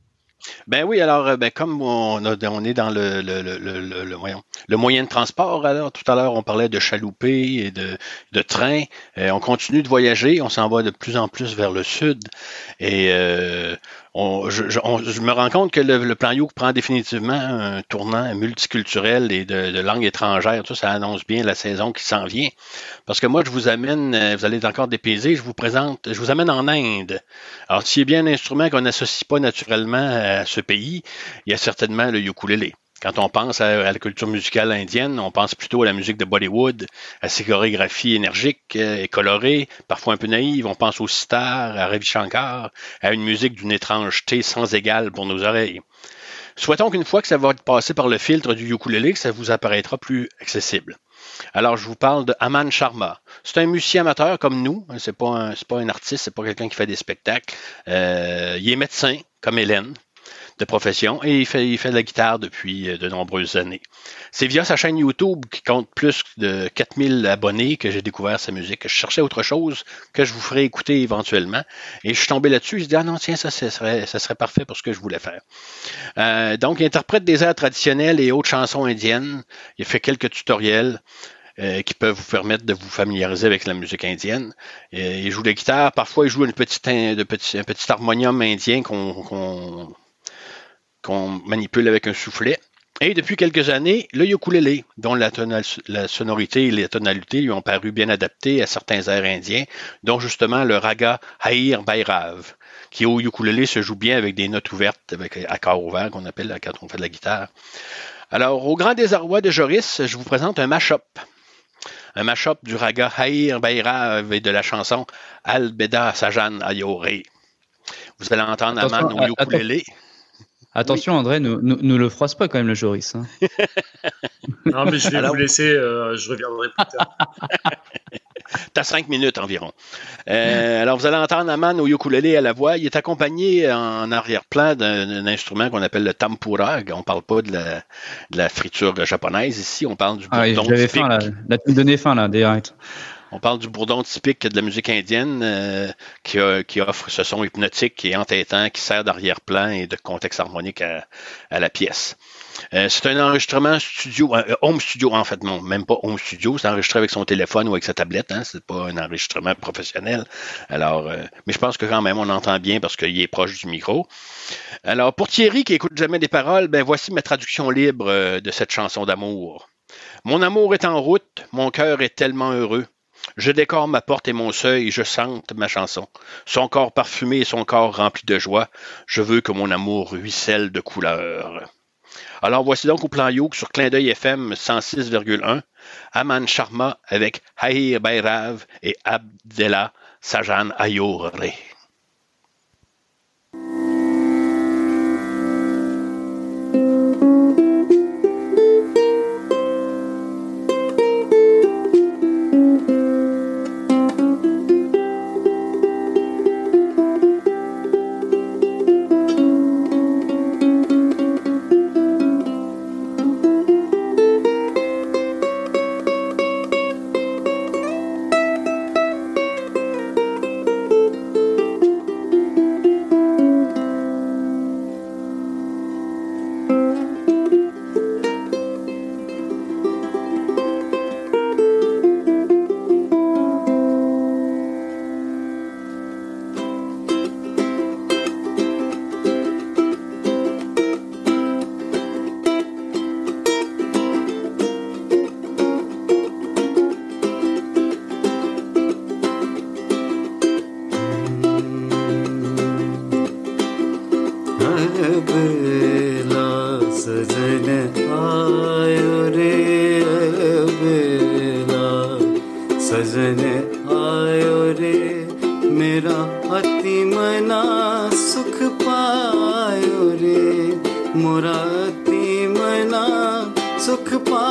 Ben oui, alors ben comme on, a, on est dans le, le, le, le, le, le, moyen, le moyen de transport, alors tout à l'heure on parlait de chaloupé et de, de train, euh, on continue de voyager, on s'en va de plus en plus vers le sud et euh, on, je, je, on, je me rends compte que le, le plan Youk prend définitivement un tournant multiculturel et de, de langue étrangère, tout ça, ça annonce bien la saison qui s'en vient, parce que moi je vous amène, vous allez être encore dépaysé, je vous présente, je vous amène en Inde. Alors s'il y a bien un instrument qu'on n'associe pas naturellement à ce pays, il y a certainement le ukulélé. Quand on pense à, à la culture musicale indienne, on pense plutôt à la musique de Bollywood, à ses chorégraphies énergiques et colorées, parfois un peu naïves. On pense au sitar, à Ravi Shankar, à une musique d'une étrangeté sans égale pour nos oreilles. Souhaitons qu'une fois que ça va passer par le filtre du ukulélé, que ça vous apparaîtra plus accessible. Alors, je vous parle de Aman Sharma. C'est un musicien amateur comme nous. C'est pas un, c'est pas un artiste, c'est pas quelqu'un qui fait des spectacles. Euh, il est médecin, comme Hélène, de profession, et il fait, il fait de la guitare depuis de nombreuses années. C'est via sa chaîne YouTube qui compte plus de quatre mille abonnés que j'ai découvert sa musique. Je cherchais autre chose que je vous ferai écouter éventuellement, et je suis tombé là-dessus. Je me suis dit, ah non, tiens, ça, ça, serait, ça serait parfait pour ce que je voulais faire. Euh, donc, il interprète des airs traditionnels et autres chansons indiennes. Il fait quelques tutoriels Euh, qui peuvent vous permettre de vous familiariser avec la musique indienne. Euh, il joue la guitare, parfois il joue une petite, un, de petit, un petit harmonium indien qu'on, qu'on, qu'on manipule avec un soufflet. Et depuis quelques années, le ukulélé, dont la, tonal, la sonorité et les tonalités lui ont paru bien adaptées à certains airs indiens, dont justement le raga Haïr Bhairav, qui au ukulélé se joue bien avec des notes ouvertes, avec accords ouverts qu'on appelle quand on fait de la guitare. Alors, au grand désarroi de Joris, je vous présente un mash-up. Un mash-up du raga Haïr Bhairav et de la chanson Al-Beda Sajan Ayore. Vous allez entendre Aman au ukulélé. Attention, oui. André, ne nous, nous le froisse pas quand même le Joris. Hein. Non, mais je vais Alors... vous laisser, euh, je reviendrai plus tard. T'as cinq minutes environ. Euh, alors, vous allez entendre Aman au ukulélé à la voix. Il est accompagné en arrière-plan d'un, d'un instrument qu'on appelle le tempura. On ne parle pas de la, de la friture japonaise ici, on parle du ah, bourdon j'avais typique. Faim, là. Là, tu me donnais faim, là, direct. On parle du bourdon typique de la musique indienne euh, qui, a, qui offre ce son hypnotique et entêtant qui sert d'arrière-plan et de contexte harmonique à, à la pièce. Euh, c'est un enregistrement studio, euh, home studio en fait, non, même pas home studio, c'est enregistré avec son téléphone ou avec sa tablette, hein, c'est pas un enregistrement professionnel. Alors, euh, mais je pense que quand même on entend bien parce qu'il est proche du micro. Alors, pour Thierry qui écoute jamais des paroles, ben voici ma traduction libre euh, de cette chanson d'amour. Mon amour est en route, mon cœur est tellement heureux. Je décore ma porte et mon seuil, je chante ma chanson. Son corps parfumé et son corps rempli de joie. Je veux que mon amour ruisselle de couleurs. Alors voici donc au plan Youk sur Clin d'œil F M cent six virgule un, Aman Sharma avec Haïr Bhairav et Abdela Sajan Ayore.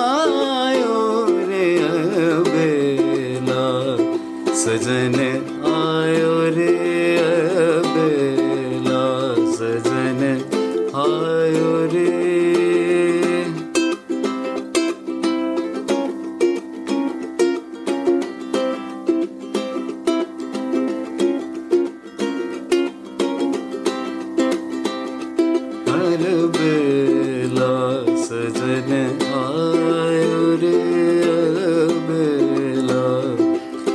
सजन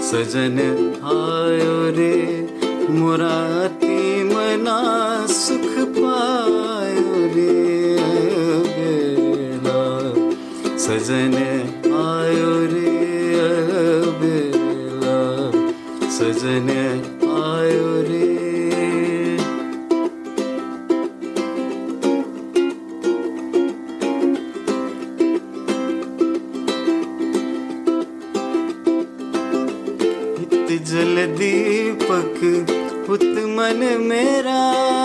सजन आयो रे मुराती मना सुख पायो रे बेला सजन आयो रे बेला सजन आयो रे जल दीपक पुत मन मेरा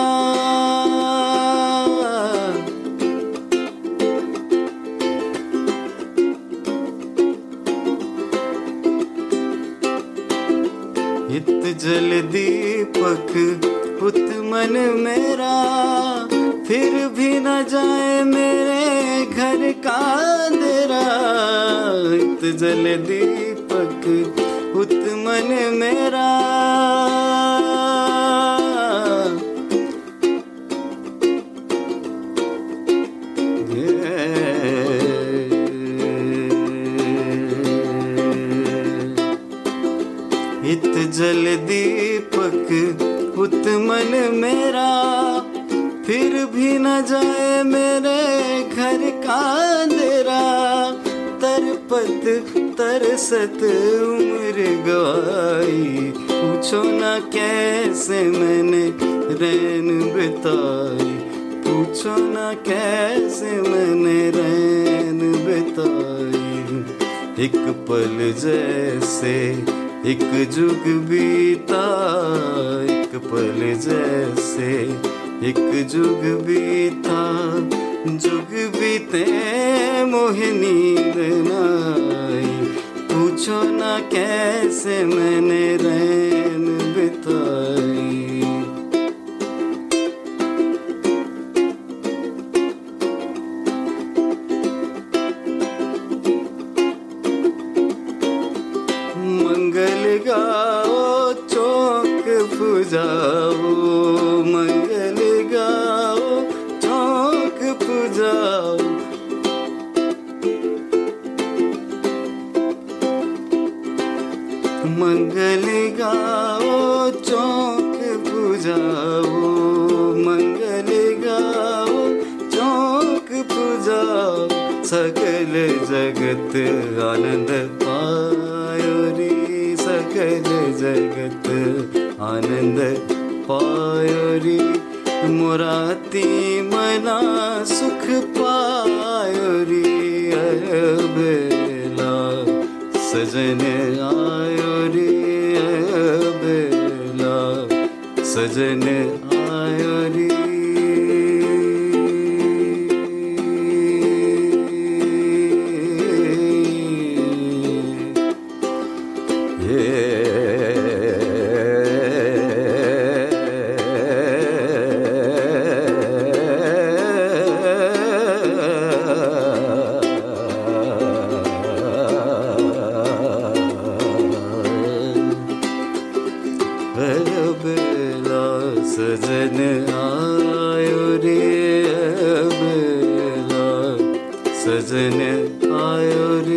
इत जल दीपक पुत मन मेरा फिर भी न जाए मेरे घर का अंधेरा इत जल दीपक पुत मन मेरा इत जल दीपक पुत मन मेरा फिर भी न जाए मेरे घर का अंधेरा तरपत तरसत उम्र गवाई पूछो ना कैसे मैंने रैन बिताई पूछो ना कैसे मैंने रैन बिताई एक पल जैसे एक जुग बीता एक पल जैसे एक जुग बीता जुग बीते मोहे नींद नाई पूछो ना कैसे मैंने रैन बिताई मंगल गाओ चौक पुजाओ मंगल गाओ चौक पुजाओ मंगल गाओ चौक पुजाओ मंगल गाओ चौक पुजाओ सकल जगत आनंद पायो रे सकल जगत आनंद पायो रे मुराती मना सुख पायो रे बेला सजन आयो रे बेला सजन आयो रे सजन आयो रे बेला सजन आयो रे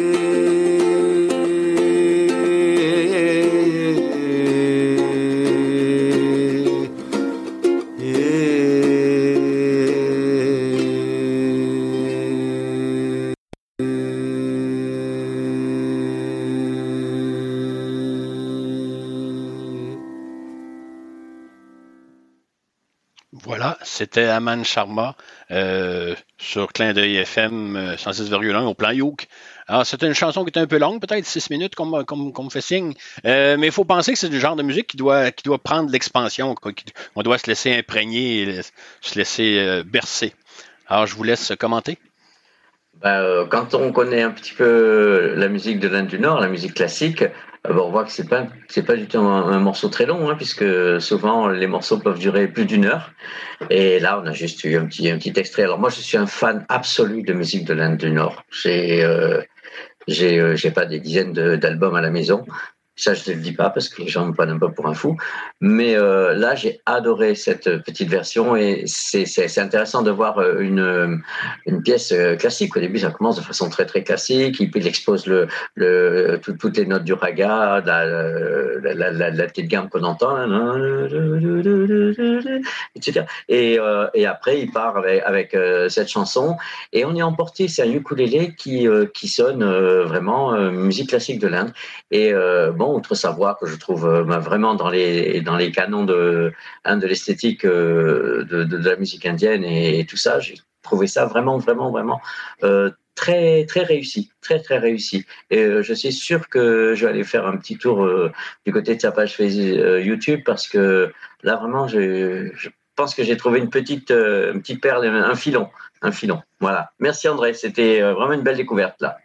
Voilà, c'était Aman Sharma euh, sur Clin d'œil F M cent six virgule un au plan Youk. Alors, c'était une chanson qui était un peu longue, peut-être six minutes, comme, comme, comme me fait signe. Euh, mais il faut penser que c'est du genre de musique qui doit, qui doit prendre l'expansion, quoi, qui, on doit se laisser imprégner et se laisser euh, bercer. Alors, je vous laisse commenter. Ben, euh, quand on connaît un petit peu la musique de l'Inde du Nord, la musique classique, euh, ben, on voit que c'est pas c'est pas du tout un, un morceau très long, hein, puisque souvent les morceaux peuvent durer plus d'une heure. Et là, on a juste eu un petit un petit extrait. Alors moi, je suis un fan absolu de musique de l'Inde du Nord. J'ai euh, j'ai euh, j'ai pas des dizaines de, d'albums à la maison. Ça, je ne le dis pas parce que les gens me prennent un peu pour un fou. Mais euh, là, j'ai adoré cette petite version et c'est, c'est, c'est intéressant de voir une, une pièce classique. Au début, ça commence de façon très, très classique. Il, il expose le, le, tout, toutes les notes du raga, la, la, la, la, la petite gamme qu'on entend, et cetera. Et, euh, et après, il part avec, avec euh, cette chanson et on est emporté. C'est un ukulélé qui, euh, qui sonne euh, vraiment euh, musique classique de l'Inde. Et euh, bon, outre sa voix que je trouve euh, vraiment dans les dans les canons de hein, de l'esthétique euh, de, de, de la musique indienne et, et tout ça, j'ai trouvé ça vraiment vraiment vraiment euh, très très réussi, très très réussi. Et euh, je suis sûr que je vais aller faire un petit tour euh, du côté de sa page Facebook, euh, YouTube parce que là vraiment je, je pense que j'ai trouvé une petite euh, une petite perle, un filon, un filon. Voilà. Merci André, c'était euh, vraiment une belle découverte là.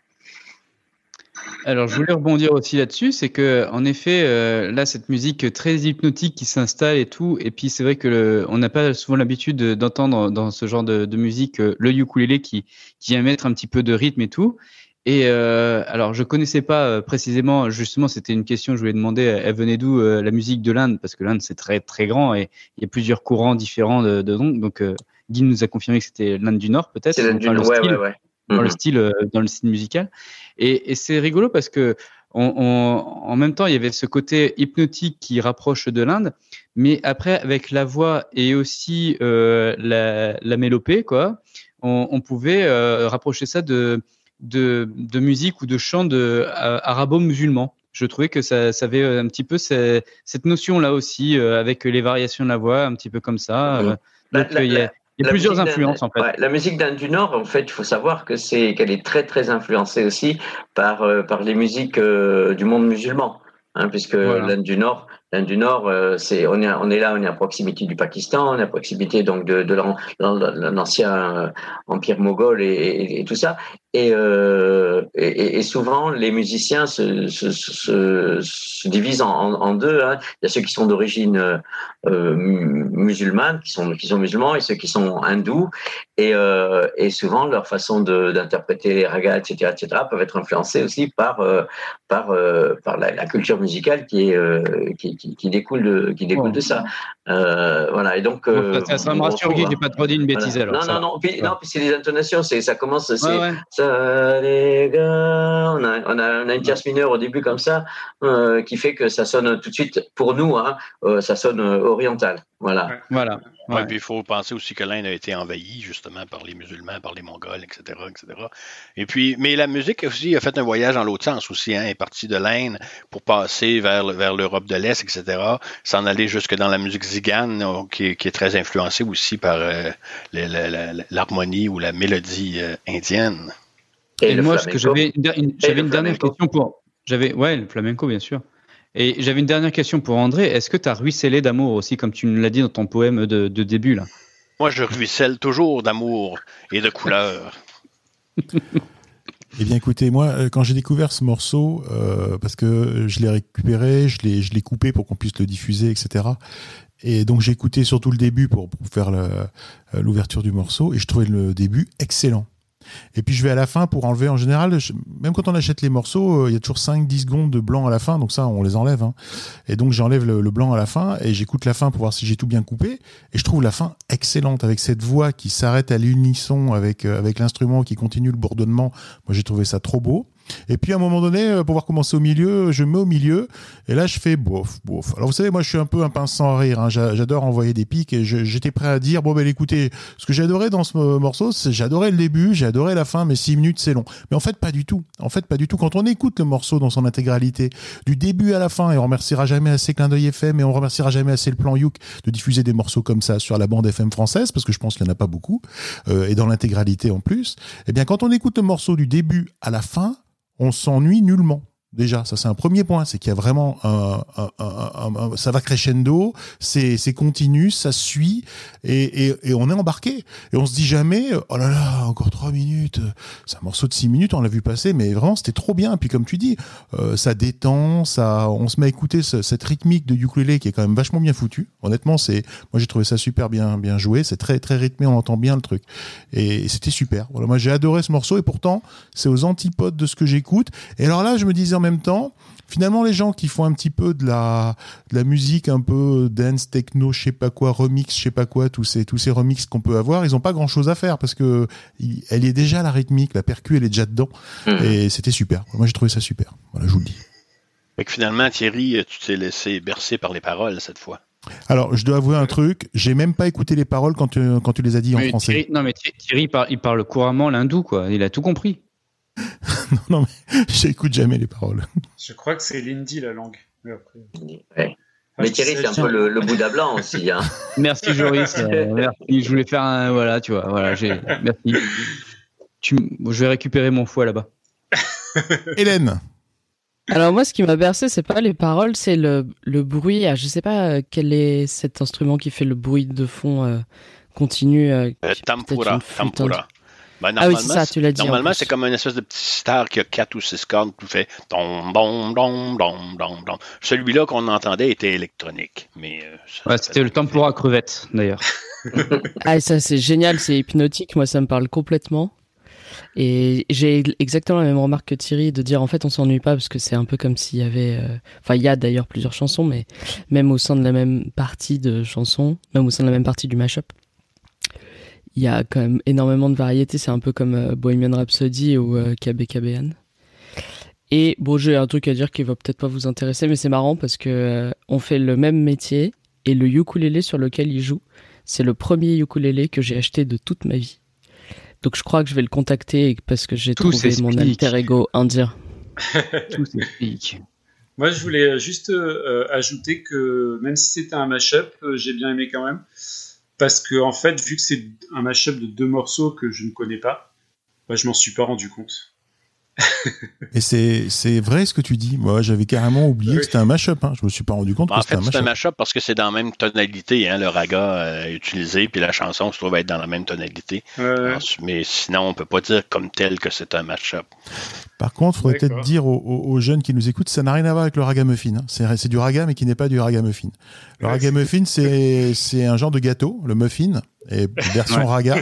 Alors, je voulais rebondir aussi là-dessus, c'est que, en effet, euh, là, cette musique très hypnotique qui s'installe et tout, et puis c'est vrai que le, on n'a pas souvent l'habitude de, d'entendre dans ce genre de, de musique euh, le ukulélé qui, qui vient mettre un petit peu de rythme et tout. Et euh, alors, je connaissais pas euh, précisément, justement, c'était une question que je voulais demander, elle venait d'où euh, la musique de l'Inde, parce que l'Inde c'est très très grand et il y a plusieurs courants différents de, de donc. Donc, euh, Guy nous a confirmé que c'était l'Inde du Nord, peut-être. C'est l'Inde du Nord, ouais, ouais, ouais. Dans mm-hmm. le style, euh, dans le style musical. Et, et c'est rigolo parce que on, on, en même temps, il y avait ce côté hypnotique qui rapproche de l'Inde, mais après, avec la voix et aussi euh, la, la mélopée, quoi, on, on pouvait euh, rapprocher ça de, de, de musique ou de chant de, euh, arabo-musulman. Je trouvais que ça, ça avait un petit peu cette, cette notion-là aussi, euh, avec les variations de la voix, un petit peu comme ça. Euh, la, donc, la, il y a, la, il y a plusieurs influences, en fait. Ouais, la musique d'Inde du Nord, en fait, il faut savoir que c'est, qu'elle est très, très influencée aussi par, euh, par les musiques euh, du monde musulman. Hein, puisque voilà. l'Inde du Nord, l'Inde du Nord, euh, c'est on est on est là, on est à proximité du Pakistan, on est à proximité donc de, de l'ancien empire moghol et, et, et tout ça. Et, euh, et, et souvent les musiciens se, se, se, se divisent en, en deux. Hein. Il y a ceux qui sont d'origine euh, musulmane, qui sont qui sont musulmans, et ceux qui sont hindous. Et, euh, et souvent leur façon de, d'interpréter les ragas, et cetera, et cetera, peuvent être influencés aussi par euh, par euh, par la, la culture musicale qui est euh, qui, qui, qui découle de qui découle oh. de ça. Euh, voilà. Et donc euh, ça, ça me rassure, Guy, j'ai pas trop dit une bêtise voilà. Non alors. non non. Puis, ouais. non, puis c'est les intonations. C'est ça commence. C'est ouais, ouais. ça les gars. On a on a on a une tierce mineure au début comme ça euh, qui fait que ça sonne tout de suite pour nous. Hein, euh, ça sonne oriental. Voilà. Ouais. Voilà. Ouais, ouais. Puis il faut penser aussi que l'Inde a été envahie justement par les musulmans, par les Mongols, et cetera, et cetera. Et puis, mais la musique aussi a fait un voyage dans l'autre sens aussi. Hein, elle est partie de l'Inde pour passer vers vers l'Europe de l'Est, et cetera. S'en aller jusque dans la musique zigane, qui, qui est très influencée aussi par euh, le, le, le, l'harmonie ou la mélodie euh, indienne. Et, Et moi, ce que j'avais, une, une, j'avais une dernière question pour, j'avais, ouais, le flamenco bien sûr. Et j'avais une dernière question pour André. Est-ce que tu as ruisselé d'amour aussi, comme tu nous l'as dit dans ton poème de, de début là? Moi, je ruisselle toujours d'amour et de couleur. Eh bien, écoutez, moi, quand j'ai découvert ce morceau, euh, parce que je l'ai récupéré, je l'ai, je l'ai coupé pour qu'on puisse le diffuser, et cetera. Et donc, j'ai écouté surtout le début pour, pour faire le, l'ouverture du morceau, et je trouvais le début excellent. Et puis je vais à la fin pour enlever, en général, je, même quand on achète les morceaux, il euh, y a toujours cinq dix secondes de blanc à la fin, donc ça on les enlève. Hein. Et donc j'enlève le, le blanc à la fin et j'écoute la fin pour voir si j'ai tout bien coupé. Et je trouve la fin excellente avec cette voix qui s'arrête à l'unisson avec, euh, avec l'instrument qui continue le bourdonnement. Moi j'ai trouvé ça trop beau. Et puis à un moment donné, pour pouvoir commencer au milieu, je me mets au milieu et là je fais bof, bof. Alors vous savez, moi je suis un peu un pince sans rire, hein. J'adore envoyer des pics et je, j'étais prêt à dire bon ben écoutez, ce que j'ai adoré dans ce morceau, c'est j'adorais le début, j'ai adoré la fin, mais six minutes c'est long. Mais en fait pas du tout. En fait pas du tout. Quand on écoute le morceau dans son intégralité, du début à la fin, et on remerciera jamais assez Clin d'œil F M et on remerciera jamais assez le plan Youk de diffuser des morceaux comme ça sur la bande F M française parce que je pense qu'il y en a pas beaucoup euh, et dans l'intégralité en plus. Eh bien quand on écoute le morceau du début à la fin, on s'ennuie nullement. Déjà, ça c'est un premier point, c'est qu'il y a vraiment un, un, un, un, un ça va crescendo, c'est, c'est continu, ça suit et, et, et on est embarqué. Et on se dit jamais, oh là là, encore trois minutes. C'est un morceau de six minutes, on l'a vu passer, mais vraiment c'était trop bien. Et puis comme tu dis, euh, ça détend, ça, on se met à écouter ce, cette rythmique de ukulélé qui est quand même vachement bien foutue. Honnêtement, c'est, moi j'ai trouvé ça super bien, bien joué. C'est très, très rythmé, on entend bien le truc. Et c'était super. Voilà, moi j'ai adoré ce morceau et pourtant c'est aux antipodes de ce que j'écoute. Et alors là, je me disais même temps, finalement, les gens qui font un petit peu de la, de la musique un peu dance, techno, je sais pas quoi, remix, je sais pas quoi, tous ces, tous ces remixes qu'on peut avoir, ils ont pas grand chose à faire parce que il, elle est déjà la rythmique, la percu, elle est déjà dedans. Mmh. Et c'était super. Moi, j'ai trouvé ça super. Voilà, je vous le dis. Fait que finalement, Thierry, tu t'es laissé bercer par les paroles cette fois. Alors, je dois avouer un truc, j'ai même pas écouté les paroles quand tu, quand tu les as dit mais en français. Thierry, non, mais Thierry, il parle, il parle couramment l'hindou, quoi. Il a tout compris. non, non, mais j'écoute jamais les paroles. Je crois que c'est l'hindi, la langue. Mais, après... ouais. mais Thierry, c'est un peu le, le Bouddha blanc aussi. Hein. Merci, Joris. euh, merci. Je voulais faire un. Voilà, tu vois. Voilà, j'ai... Merci. Tu... Je vais récupérer mon foie là-bas. Hélène. Alors moi, ce qui m'a bercé, c'est pas les paroles, c'est le, le bruit. Je sais pas quel est cet instrument qui fait le bruit de fond euh, continu. Euh, euh, tempura, tempura. Ben, ah oui, c'est ça, tu l'as dit. Normalement, c'est comme une espèce de petit sitar qui a quatre ou six cordes qui fait tom, dom, dom, dom, dom, dom. Celui-là qu'on entendait était électronique. Mais, euh, ça, ouais, c'était le tempura crevette, d'ailleurs. Ah, ça, c'est génial, c'est hypnotique. Moi, ça me parle complètement. Et j'ai exactement la même remarque que Thierry, de dire en fait on s'ennuie pas parce que c'est un peu comme s'il y avait, euh... enfin il y a d'ailleurs plusieurs chansons, mais même au sein de la même partie de chansons, même au sein de la même partie du mashup, il y a quand même énormément de variétés. C'est un peu comme euh, Bohemian Rhapsody ou euh, K B K B N. Et bon, j'ai un truc à dire qui va peut-être pas vous intéresser, mais c'est marrant parce que euh, on fait le même métier et le ukulélé sur lequel il joue, c'est le premier ukulélé que j'ai acheté de toute ma vie. Donc je crois que je vais le contacter parce que j'ai Tout trouvé mon alter ego indien. Tout s'explique. Moi, je voulais juste euh, ajouter que même si c'était un mashup, euh, j'ai bien aimé quand même. Parce que, en fait, vu que c'est un mashup de deux morceaux que je ne connais pas, bah, je m'en suis pas rendu compte. Et c'est, c'est vrai ce que tu dis. Moi, j'avais carrément oublié oui. que c'était un mashup. Hein. Je me suis pas rendu compte bah, que en c'était fait, un mashup. C'est un mashup parce que c'est dans la même tonalité, hein, le raga euh, utilisé, puis la chanson se trouve être dans la même tonalité. Ouais. Alors, mais sinon, on peut pas dire comme tel que c'est un mashup. Par contre, il faudrait D'accord. peut-être dire aux, aux, aux jeunes qui nous écoutent, ça n'a rien à voir avec le ragamuffin. Hein. C'est, c'est du raga, mais qui n'est pas du ragamuffin. Le ouais, ragamuffin, c'est, c'est un genre de gâteau, le muffin, et version ouais. raga.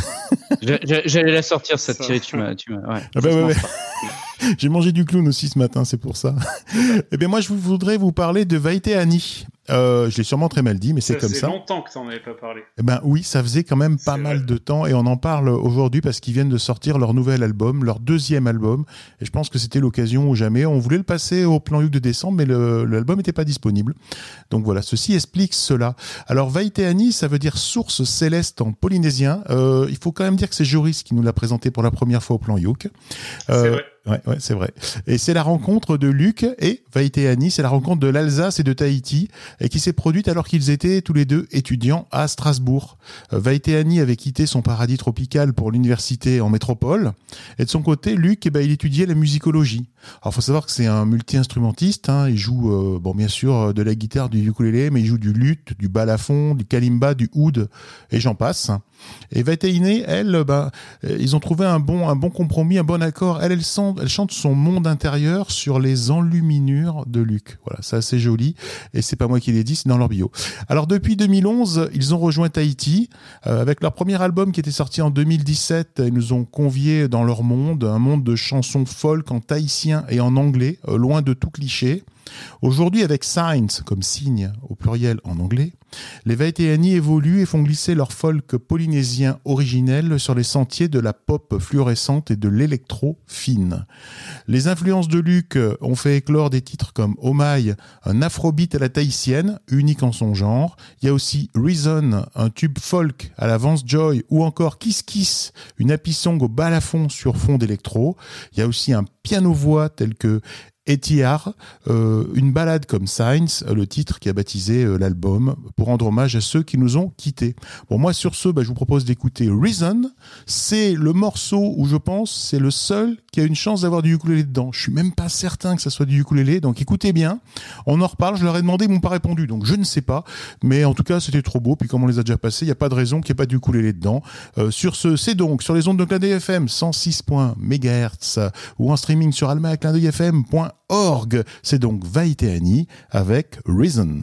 J'allais la sortir, cette Thierry, tu m'as... Tu m'as ouais, ah bah ouais, ouais. J'ai mangé du clown aussi ce matin, c'est pour ça. Eh bien, moi, je voudrais vous parler de Vaiteani. Euh, je l'ai sûrement très mal dit, mais c'est ça comme ça. Ça faisait longtemps que tu n'en avais pas parlé. Eh ben oui, ça faisait quand même pas c'est mal vrai. de temps, et on en parle aujourd'hui parce qu'ils viennent de sortir leur nouvel album, leur deuxième album, et je pense que c'était l'occasion ou jamais. On voulait le passer au plan Youk de décembre, mais le, l'album n'était pas disponible. Donc voilà, ceci explique cela. Alors Vaiteani, ça veut dire source céleste en polynésien. Euh, il faut quand même dire que c'est Joris qui nous l'a présenté pour la première fois au plan Youk. Euh, c'est vrai. Ouais, ouais, c'est vrai. Et c'est la rencontre de Luc et Vaiteani, c'est la rencontre de l'Alsace et de Tahiti, et qui s'est produite alors qu'ils étaient tous les deux étudiants à Strasbourg. Euh, Vaiteani avait quitté son paradis tropical pour l'université en métropole, et de son côté, Luc, eh ben, il étudiait la musicologie. Alors, faut savoir que c'est un multi-instrumentiste, hein, il joue, euh, bon, bien sûr, de la guitare, du ukulélé, mais il joue du luth, du balafon, du kalimba, du oud, et j'en passe. Et Vaiteani, elle, ben, ils ont trouvé un bon, un bon compromis, un bon accord. Elle, elle, sent, elle chante son monde intérieur sur les enluminures de Luc. Voilà, c'est assez joli. Et c'est pas moi qui l'ai dit, c'est dans leur bio. Alors, depuis deux mille onze, ils ont rejoint Tahiti, euh, avec leur premier album qui était sorti en deux mille dix-sept. Ils nous ont conviés dans leur monde, un monde de chansons folk en tahitien et en anglais, euh, loin de tout cliché. Aujourd'hui, avec Signs, comme signe au pluriel en anglais, les Vaiteani évoluent et font glisser leur folk polynésien originel sur les sentiers de la pop fluorescente et de l'électro fine. Les influences de Luc ont fait éclore des titres comme Oh My, un afrobeat à la tahitienne, unique en son genre. Il y a aussi Reason, un tube folk à la Vance Joy, ou encore Kiss Kiss, une happy song au balafon sur fond d'électro. Il y a aussi un piano-voix tel que Etiar, euh, une ballade comme Signs, le titre qui a baptisé euh, l'album, pour rendre hommage à ceux qui nous ont quittés. Bon, moi, sur ce, bah, je vous propose d'écouter Reason. C'est le morceau où je pense c'est le seul qui a une chance d'avoir du ukulélé dedans. Je suis même pas certain que ça soit du ukulélé, donc écoutez bien. On en reparle, je leur ai demandé, ils m'ont pas répondu, donc je ne sais pas. Mais en tout cas, c'était trop beau, puis comme on les a déjà passés, il n'y a pas de raison qu'il n'y ait pas du ukulélé dedans. Euh, sur ce, c'est donc sur les ondes de Clin d'œil F M, cent six mégahertz, ou en streaming sur alma clin d'œil f m point org. C'est donc Vaiteani avec Reason.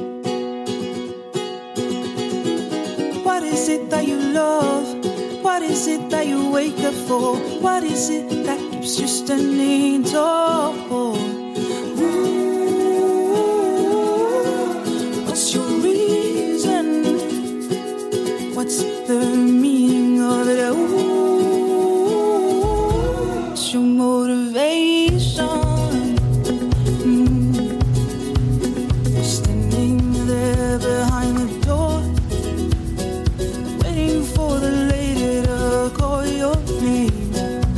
What is it that you love? What is is it that you wake up for? What is it that keeps you standing tall? Ooh, what's your reason? What's the meaning of it? Ooh, what's your motivation? Mm. Standing there behind the door, waiting for the lady to call your name.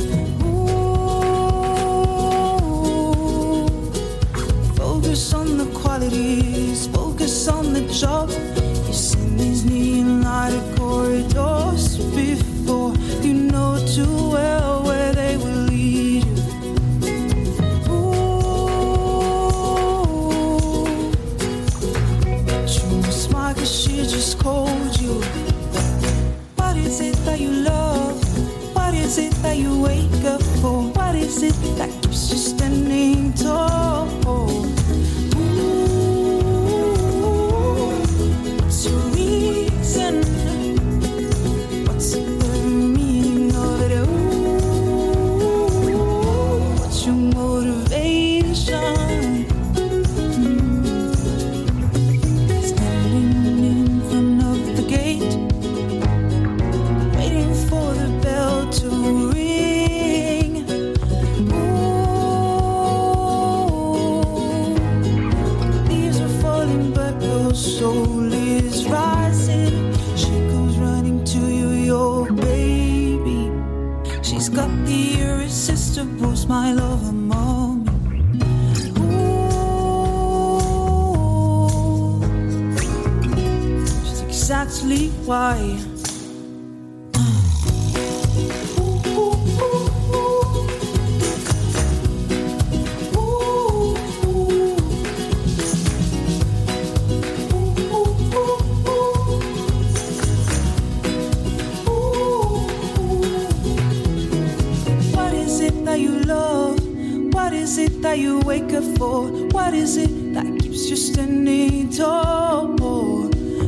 Ooh, focus on the qualities, focus on the job. You send these neon lighted corridors before you know too well where they will lead you. Ooh, you must smile 'cause she just called you. What is it that you love? What is it that you wake up for? What is it that keeps you standing tall? What's your reason? What's the meaning of it? Ooh, what's your motivation? Mm. Standing in front of the gate, waiting for the bell to ring. Ooh, leaves are falling but your soul is rising. She comes running to you, your baby. She's got the irresistible smile of a mommy. Ooh, she's exactly why. What is it that you love? What is it that you wake up for? What is it that keeps you standing tall? Ooh,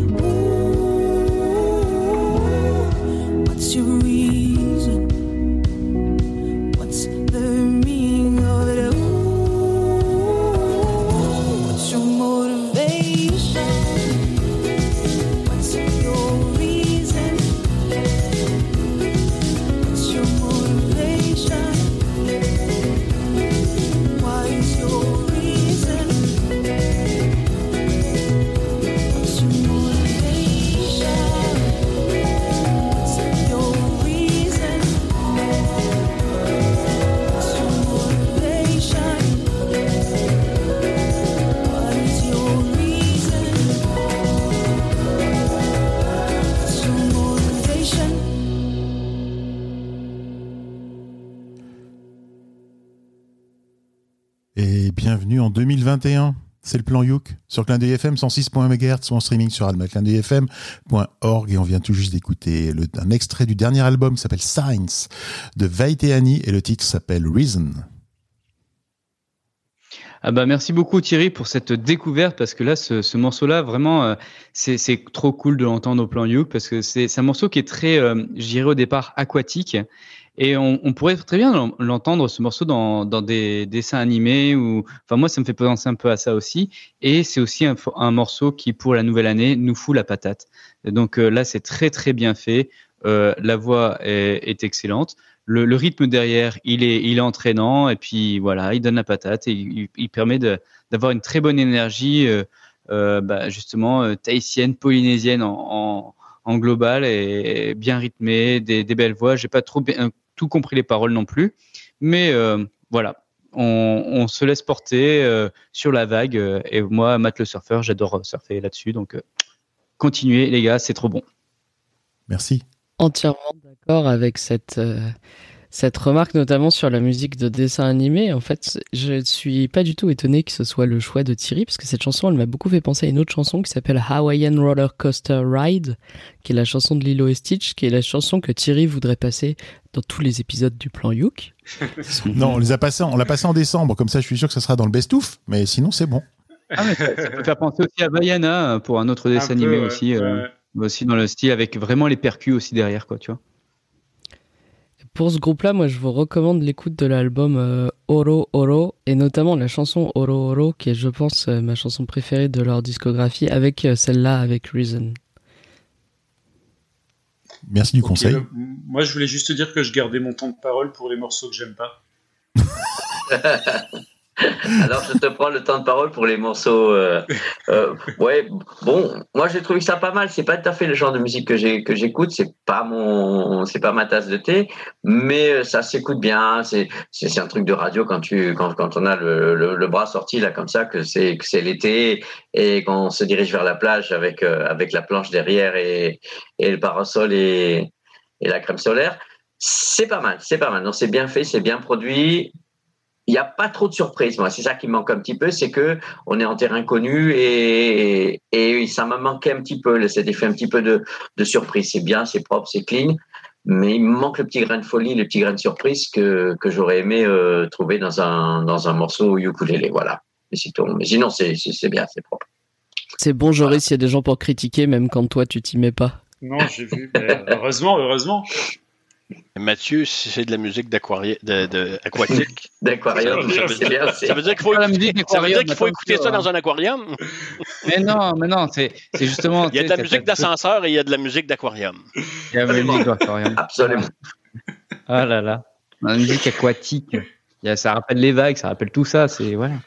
what's your reason? What's the meaning of it? Ooh, what's your motivation? What's your reason? What's your motivation? What is your reason? What's your motivation? What's your reason? What's your motivation? What is your reason? What's your motivation? Et bienvenue en deux mille vingt et un. C'est le plan Youk sur Clin d'œil F M cent six point un mégahertz ou en streaming sur alma clin d'œil f m point org. Et on vient tout juste d'écouter le- un extrait du dernier album qui s'appelle Science de Vaiteani et le titre s'appelle Reason. Ah bah merci beaucoup Thierry pour cette découverte parce que là ce, ce morceau-là vraiment euh, c'est c'est trop cool de l'entendre au plan Youk parce que c'est c'est un morceau qui est très euh, je dirais au départ aquatique et on, on pourrait très bien l'en- l'entendre ce morceau dans dans des dessins animés ou enfin moi ça me fait penser un peu à ça aussi et c'est aussi un, fo- un morceau qui pour la nouvelle année nous fout la patate. Et donc euh, là c'est très très bien fait. Euh, la voix est, est excellente. Le, le rythme derrière, il est, il est entraînant et puis voilà, il donne la patate et il, il permet de, d'avoir une très bonne énergie, euh, euh, bah, justement euh, tahitienne, polynésienne en, en, en global et bien rythmée, des, des belles voix. J'ai pas trop bien, tout compris les paroles non plus, mais euh, voilà, on, on se laisse porter euh, sur la vague. euh, Et moi, Matt le surfeur, j'adore surfer là-dessus, donc euh, continuez les gars, c'est trop bon. Merci. Entièrement d'accord avec cette, euh, cette remarque, notamment sur la musique de dessin animé. En fait, je suis pas du tout étonné que ce soit le choix de Thierry, parce que cette chanson, elle m'a beaucoup fait penser à une autre chanson qui s'appelle Hawaiian Roller Coaster Ride, qui est la chanson de Lilo et Stitch, qui est la chanson que Thierry voudrait passer dans tous les épisodes du plan Youk. Non, on les a passés, en- on l'a passé en décembre, comme ça je suis sûr que ça sera dans le best-of, mais sinon c'est bon. Ah, mais ça, ça peut faire penser aussi à Vaiana pour un autre dessin peu, animé ouais, aussi, euh, ouais. aussi dans le style avec vraiment les percus aussi derrière, quoi, tu vois. Pour ce groupe-là, moi, je vous recommande l'écoute de l'album euh, Oro Oro, et notamment la chanson Oro Oro, qui est, je pense, euh, ma chanson préférée de leur discographie, avec euh, celle-là, avec Reason. Merci du Ok, conseil. euh, moi, je voulais juste te dire que je gardais mon temps de parole pour les morceaux que j'aime pas. Alors, je te prends le temps de parole pour les morceaux. Euh, euh, ouais, bon, moi j'ai trouvé ça pas mal. C'est pas tout à fait le genre de musique que j'ai que j'écoute. C'est pas mon, c'est pas ma tasse de thé, mais ça s'écoute bien. C'est c'est, c'est un truc de radio quand tu quand quand on a le, le, le bras sorti là comme ça, que c'est que c'est l'été et qu'on se dirige vers la plage avec euh, avec la planche derrière et et le parasol et et la crème solaire. C'est pas mal, c'est pas mal. Non, c'est bien fait, c'est bien produit. Il n'y a pas trop de surprises, moi. C'est ça qui me manque un petit peu, c'est que on est en terrain connu et, et ça m'a manqué un petit peu, cet effet un petit peu de, de surprise. C'est bien, c'est propre, c'est clean, mais il me manque le petit grain de folie, le petit grain de surprise que, que j'aurais aimé euh, trouver dans un, dans un morceau ukulélé. Voilà. Mais, c'est tout. Mais sinon, c'est, c'est, c'est bien, c'est propre. C'est bon, Joris, il y a des gens pour critiquer, même quand toi, tu t'y mets pas. Non, j'ai vu. Mais heureusement, heureusement. Mathieu, si c'est de la musique d'aquari... de, de... aquatique. D'aquarium, ça, ça, c'est bien. C'est... ça veut dire qu'il faut, La musique ça veut dire qu'il faut aquarium, écouter ça attention, dans un aquarium. Mais non, mais non, c'est, c'est justement. Il y a de la musique d'ascenseur et il y a de la musique d'aquarium. Il y a la musique d'aquarium. Absolument. Ah là là. La musique aquatique. Il y a, ça rappelle les vagues, ça rappelle tout ça. C'est voilà.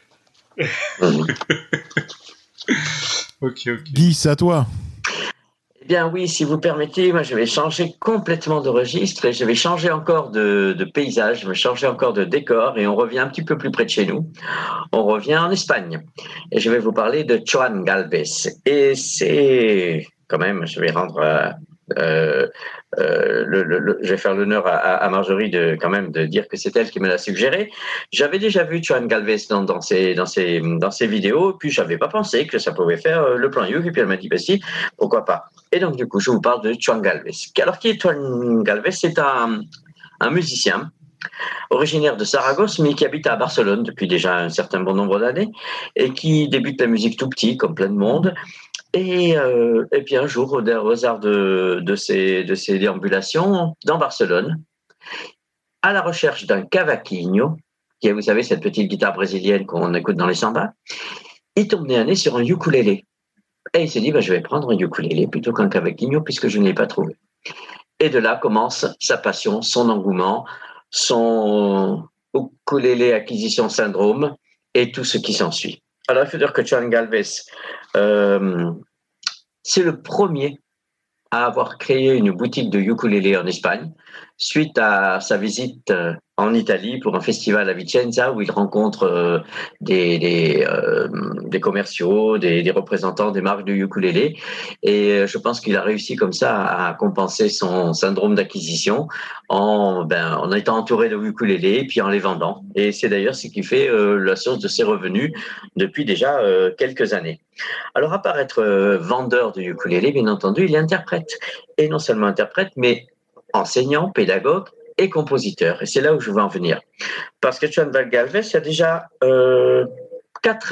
Ok, ok. Guy, c'est à toi. Eh bien oui, si vous permettez, moi je vais changer complètement de registre et je vais changer encore de, de paysage, je vais changer encore de décor et on revient un petit peu plus près de chez nous. On revient en Espagne et je vais vous parler de Joan Galvez. Et c'est quand même, je vais rendre euh, euh, euh, le, le, le, je vais faire l'honneur à, à Marjorie de quand même de dire que c'est elle qui me l'a suggéré. J'avais déjà vu Joan Galvez dans, dans ses dans ses dans ses vidéos, puis j'avais pas pensé que ça pouvait faire le plan Youk et puis elle m'a dit bah si, pourquoi pas. Et donc du coup je vous parle de Joan Galvez. Alors qui est Joan Galvez? C'est un un musicien originaire de Saragosse, mais qui habite à Barcelone depuis déjà un certain bon nombre d'années et qui débute la musique tout petit, comme plein de monde. Et, euh, et puis un jour, au hasard de, de, ses, de ses déambulations dans Barcelone, à la recherche d'un cavaquinho, qui est, vous savez, cette petite guitare brésilienne qu'on écoute dans les sambas, il tombe nez à nez sur un ukulélé. Et il s'est dit, bah, je vais prendre un ukulélé plutôt qu'un cavaquinho puisque je ne l'ai pas trouvé. Et de là commence sa passion, son engouement, son ukulélé acquisition syndrome et tout ce qui s'ensuit. Alors, il faut dire que Joan Galvez, euh, c'est le premier à avoir créé une boutique de ukulélé en Espagne, suite à sa visite euh, en Italie pour un festival à Vicenza où il rencontre euh, des, des, euh, des commerciaux, des, des représentants des marques de ukulélé. Et euh, je pense qu'il a réussi comme ça à compenser son syndrome d'acquisition en, ben, en étant entouré de ukulélés puis en les vendant. Et c'est d'ailleurs ce qui fait euh, la source de ses revenus depuis déjà euh, quelques années. Alors, à part être euh, vendeur de ukulélé, bien entendu, il est interprète. Et non seulement interprète, mais enseignant, pédagogue et compositeur. Et c'est là où je veux en venir. Parce que Joan Galvez a déjà euh, quatre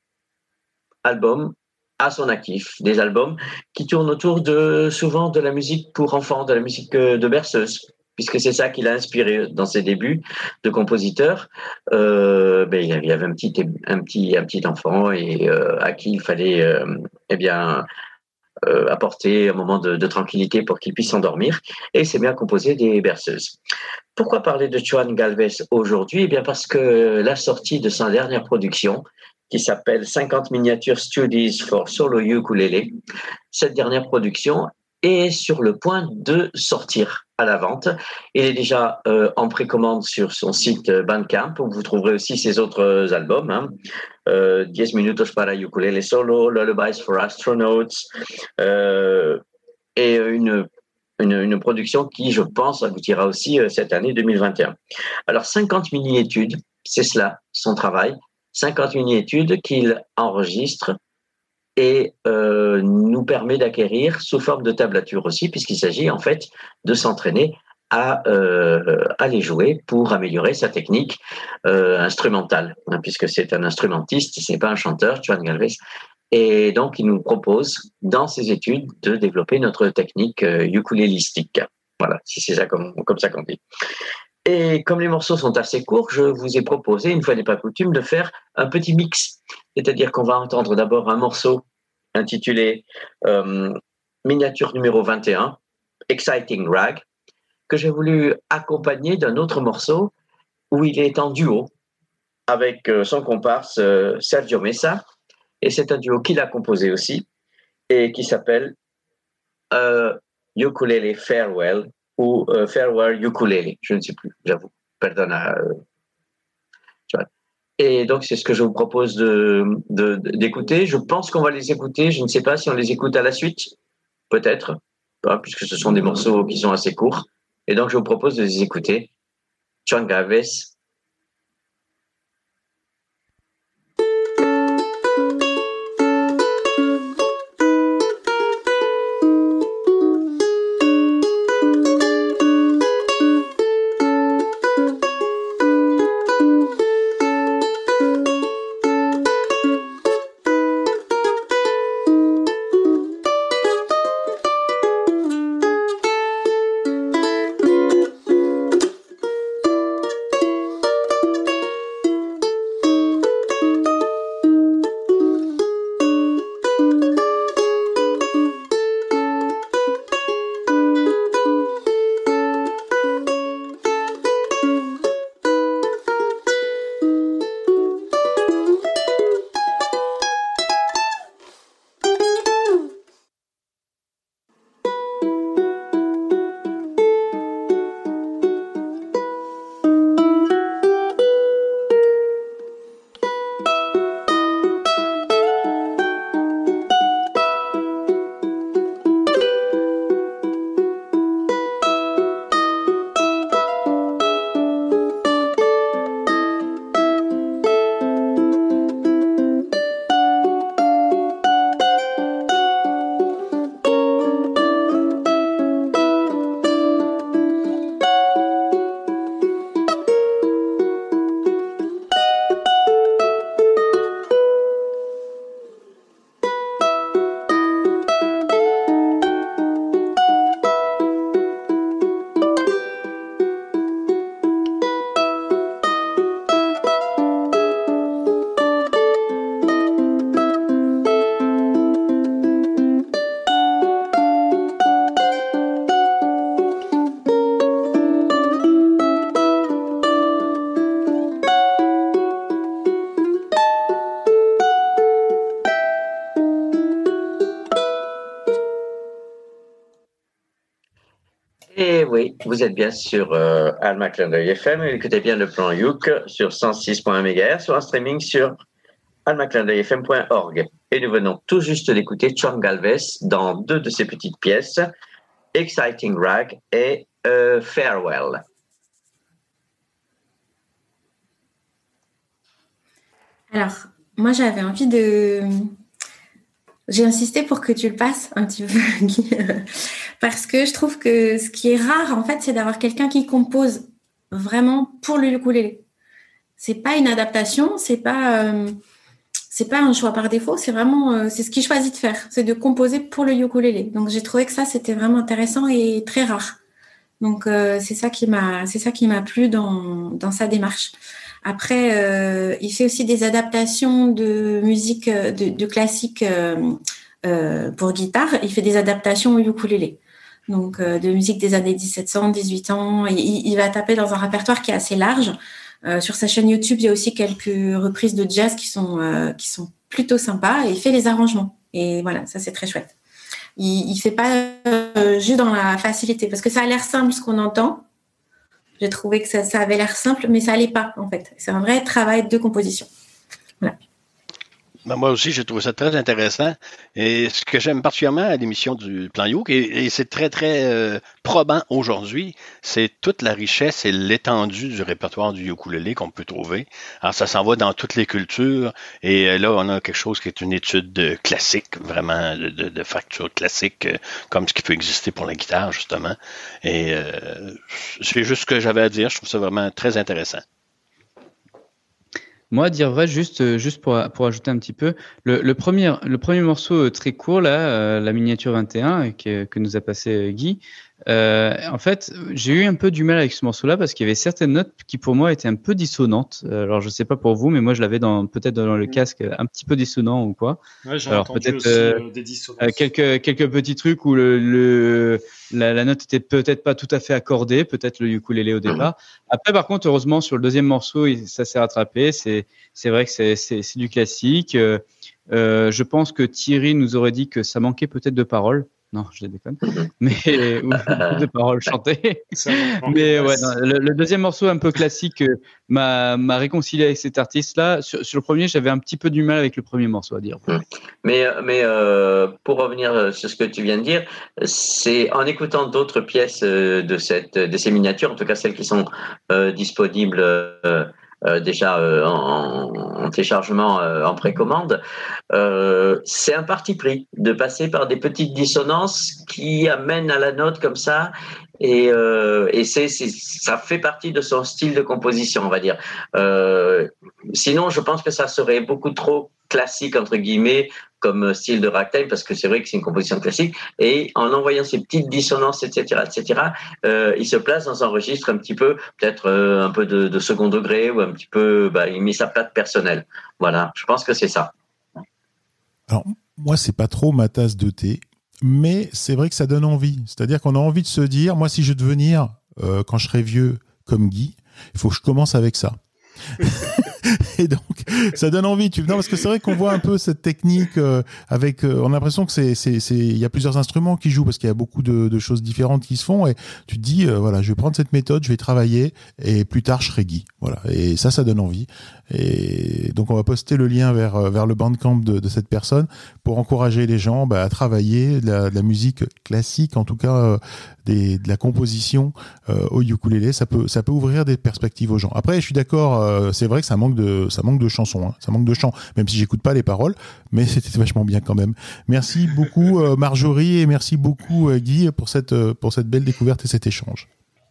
albums à son actif. Des albums qui tournent autour de, souvent de la musique pour enfants, de la musique de berceuse. Puisque c'est ça qui l'a inspiré dans ses débuts de compositeur. Euh, ben, il y avait un petit, un petit, un petit enfant et euh, à qui il fallait, euh, eh bien, euh, apporter un moment de, de tranquillité pour qu'il puisse s'endormir. Et il s'est mis à composer des berceuses. Pourquoi parler de Joan Galvez aujourd'hui? Eh bien, parce que la sortie de sa dernière production, qui s'appelle cinquante Miniature Studies for Solo Ukulele, cette dernière production est sur le point de sortir à la vente. Il est déjà euh, en précommande sur son site Bandcamp, où vous trouverez aussi ses autres albums, hein. euh, Diez Minutos para Ukulele Solo, Lullabies for Astronauts, euh, et une, une, une production qui, je pense, aboutira aussi euh, cette année deux mille vingt et un. Alors, cinquante mini-études, c'est cela, son travail, cinquante mini-études qu'il enregistre et euh, nous permet d'acquérir sous forme de tablature aussi, puisqu'il s'agit en fait de s'entraîner à, euh, à les jouer pour améliorer sa technique euh, instrumentale, hein, puisque c'est un instrumentiste, ce n'est pas un chanteur, Joan Galvez. Et donc, il nous propose, dans ses études, de développer notre technique euh, ukulélistique. Voilà, si c'est ça comme, comme ça qu'on dit. Et comme les morceaux sont assez courts, je vous ai proposé, une fois n'est pas coutume, de faire un petit mix. C'est-à-dire qu'on va entendre d'abord un morceau intitulé euh, Miniature numéro vingt et un, Exciting Rag, que j'ai voulu accompagner d'un autre morceau où il est en duo avec euh, son comparse euh, Sergio Mesa. Et c'est un duo qu'il a composé aussi et qui s'appelle euh, Ukulele Farewell ou euh, Farewell Ukulele, je ne sais plus, j'avoue, pardonna. Euh, tu vois. Et donc, c'est ce que je vous propose de, de, d'écouter. Je pense qu'on va les écouter. Je ne sais pas si on les écoute à la suite. Peut-être, hein, puisque ce sont des morceaux qui sont assez courts. Et donc, je vous propose de les écouter. John Galvez. Et oui, vous êtes bien sur euh, Alma Clin d'œil F M, écoutez bien le plan Youk sur cent six point un mégahertz, sur un streaming sur alma clin d'œil f m point org. Et nous venons tout juste d'écouter John Galvez dans deux de ses petites pièces, Exciting Rag et euh, Farewell. Alors, moi j'avais envie de... J'ai insisté pour que tu le passes un petit peu, Guy, parce que je trouve que ce qui est rare, en fait, c'est d'avoir quelqu'un qui compose vraiment pour le ukulélé. C'est pas une adaptation, c'est pas, euh, c'est pas un choix par défaut, c'est vraiment, euh, c'est ce qu'il choisit de faire, c'est de composer pour le ukulélé. Donc j'ai trouvé que ça, c'était vraiment intéressant et très rare. Donc euh, c'est ça qui m'a, c'est ça qui m'a plu dans dans sa démarche. Après, euh, il fait aussi des adaptations de musique, de, de classique euh, euh, pour guitare. Il fait des adaptations au ukulélé. Donc, euh, de musique des années dix-sept cents, dix-huit ans. Il, il va taper dans un répertoire qui est assez large. Euh, sur sa chaîne YouTube, il y a aussi quelques reprises de jazz qui sont, euh, qui sont plutôt sympas. Et il fait les arrangements. Et voilà, ça, c'est très chouette. Il ne fait pas euh, juste dans la facilité. Parce que ça a l'air simple, ce qu'on entend. J'ai trouvé que ça, ça avait l'air simple, mais ça allait pas, en fait. C'est un vrai travail de composition. Voilà. Ben moi aussi, j'ai trouvé ça très intéressant. Et ce que j'aime particulièrement à l'émission du Plan Youk, et, et c'est très, très euh, probant aujourd'hui, c'est toute la richesse et l'étendue du répertoire du ukulélé qu'on peut trouver. Alors, ça s'en va dans toutes les cultures. Et euh, là, on a quelque chose qui est une étude classique, vraiment de, de, de facture classique, euh, comme ce qui peut exister pour la guitare, justement. Et euh, c'est juste ce que j'avais à dire. Je trouve ça vraiment très intéressant. Moi, à dire vrai, juste, juste pour, pour ajouter un petit peu, le, le, premier, le premier morceau très court, là, euh, la miniature vingt et un, que, que nous a passé Guy, Euh, en fait, j'ai eu un peu du mal avec ce morceau-là parce qu'il y avait certaines notes qui pour moi étaient un peu dissonantes. Euh, alors je sais pas pour vous, mais moi je l'avais dans peut-être dans le casque un petit peu dissonant ou quoi. Ouais, j'ai alors entendu peut-être aussi euh, euh, des dissonances. euh, quelques quelques petits trucs où le, le la, la note était peut-être pas tout à fait accordée, peut-être le ukulélé au départ. Après par contre, heureusement sur le deuxième morceau, il, ça s'est rattrapé. C'est c'est vrai que c'est c'est, c'est du classique. Euh, euh, je pense que Thierry nous aurait dit que ça manquait peut-être de paroles. Non, je déconne. Mais ou de paroles chantées. Mais ouais, non, le, le deuxième morceau un peu classique euh, m'a m'a réconcilié avec cet artiste-là. Sur, sur le premier, j'avais un petit peu du mal avec le premier morceau à dire. Mais mais euh, pour revenir sur ce que tu viens de dire, c'est en écoutant d'autres pièces de cette de ces miniatures, en tout cas celles qui sont euh, disponibles. Euh, Euh, déjà euh, en, en téléchargement euh, en précommande, euh, c'est un parti pris de passer par des petites dissonances qui amènent à la note comme ça, et, euh, et c'est, c'est, ça fait partie de son style de composition, on va dire. Euh, sinon, je pense que ça serait beaucoup trop classique, entre guillemets, comme style de ragtime, parce que c'est vrai que c'est une composition classique, et en envoyant ces petites dissonances, et cetera, et cetera, euh, il se place dans un registre un petit peu, peut-être euh, un peu de, de second degré, ou un petit peu, bah, il met sa patte personnelle. Voilà, je pense que c'est ça. Alors, moi, c'est pas trop ma tasse de thé, mais c'est vrai que ça donne envie. C'est-à-dire qu'on a envie de se dire, moi, si je veux devenir, euh, quand je serai vieux, comme Guy, il faut que je commence avec ça. Et donc, ça donne envie. Tu... Non, parce que c'est vrai qu'on voit un peu cette technique euh, avec. Euh, on a l'impression que c'est, c'est, c'est, il y a plusieurs instruments qui jouent parce qu'il y a beaucoup de, de choses différentes qui se font. Et tu te dis, euh, voilà, je vais prendre cette méthode, je vais travailler, et plus tard, je serai Guy. Voilà. Et ça, ça donne envie. Et donc, on va poster le lien vers vers le Bandcamp de, de cette personne pour encourager les gens bah, à travailler de la, de la musique classique, en tout cas euh, des, de la composition euh, au ukulélé. Ça peut ça peut ouvrir des perspectives aux gens. Après, je suis d'accord. Euh, c'est vrai que ça manque de ça manque de chansons, hein. Ça manque de chants, même si j'écoute pas les paroles, mais c'était vachement bien quand même. Merci beaucoup euh, Marjorie et merci beaucoup euh, Guy pour cette euh, pour cette belle découverte et cet échange.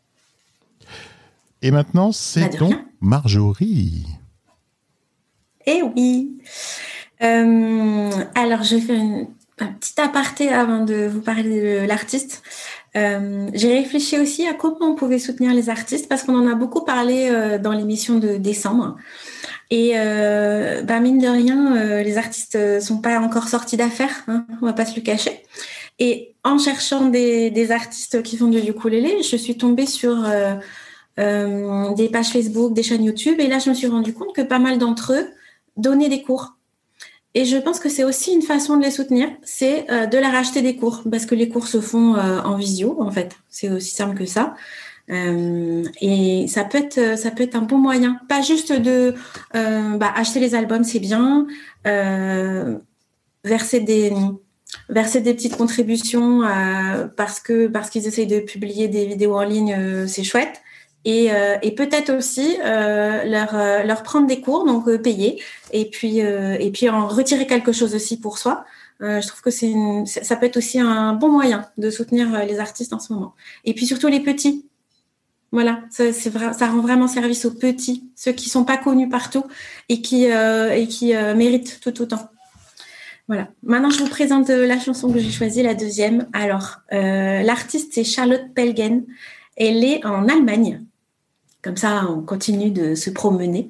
Et maintenant, c'est donc Marjorie. Eh oui. Euh, alors, je vais faire une, un petit aparté avant de vous parler de l'artiste. Euh, j'ai réfléchi aussi à comment on pouvait soutenir les artistes parce qu'on en a beaucoup parlé euh, dans l'émission de décembre. Et euh, bah mine de rien, euh, les artistes ne sont pas encore sortis d'affaires, hein, on va pas se le cacher. Et en cherchant des, des artistes qui font du ukulélé, je suis tombée sur euh, euh, des pages Facebook, des chaînes YouTube. Et là, je me suis rendu compte que pas mal d'entre eux donnaient des cours. Et je pense que c'est aussi une façon de les soutenir, c'est euh, de leur acheter des cours, parce que les cours se font euh, en visio, en fait. C'est aussi simple que ça. Euh, et ça peut être, ça peut être un bon moyen. Pas juste de euh, bah, acheter les albums, c'est bien. Euh, verser des verser des petites contributions euh, parce que parce qu'ils essayent de publier des vidéos en ligne, euh, c'est chouette. Et, euh, et peut-être aussi euh, leur euh, leur prendre des cours, donc euh, payer, et puis euh, et puis en retirer quelque chose aussi pour soi. Euh, je trouve que c'est une, ça peut être aussi un bon moyen de soutenir euh, les artistes en ce moment. Et puis surtout les petits. Voilà, ça, c'est vrai, ça rend vraiment service aux petits, ceux qui sont pas connus partout et qui euh, et qui euh, méritent tout autant. Voilà. Maintenant, je vous présente la chanson que j'ai choisie, la deuxième. Alors, euh, l'artiste c'est Charlotte Pelgen. Elle est en Allemagne. Comme ça, on continue de se promener.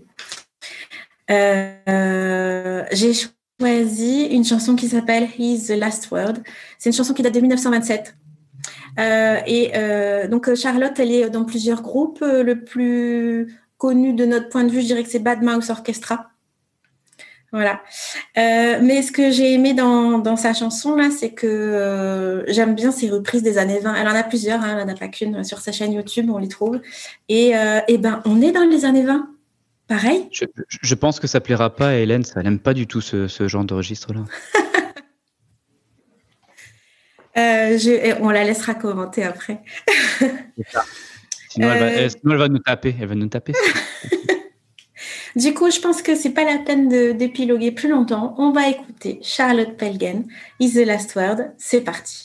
Euh, j'ai choisi une chanson qui s'appelle He's the Last Word. C'est une chanson qui date de dix-neuf cent vingt-sept. Euh, et euh, donc, Charlotte, elle est dans plusieurs groupes. Le plus connu de notre point de vue, je dirais que c'est Bad Mouse Orchestra. Voilà. Euh, mais ce que j'ai aimé dans, dans sa chanson, là, c'est que euh, j'aime bien ses reprises des années vingt. Elle en a plusieurs, hein, elle n'en a pas qu'une. Sur sa chaîne YouTube, on les trouve. Et, euh, et ben, on est dans les années vingt. Pareil. Je, je pense que ça plaira pas à Hélène, ça n'aime pas du tout ce, ce genre de registre-là. euh, je, on la laissera commenter après. Sinon, euh... elle va, elle, sinon, elle va nous taper. Elle va nous taper. Du coup, je pense que c'est pas la peine de, d'épiloguer plus longtemps. On va écouter Charlotte Pelgen, Is the Last Word. C'est parti.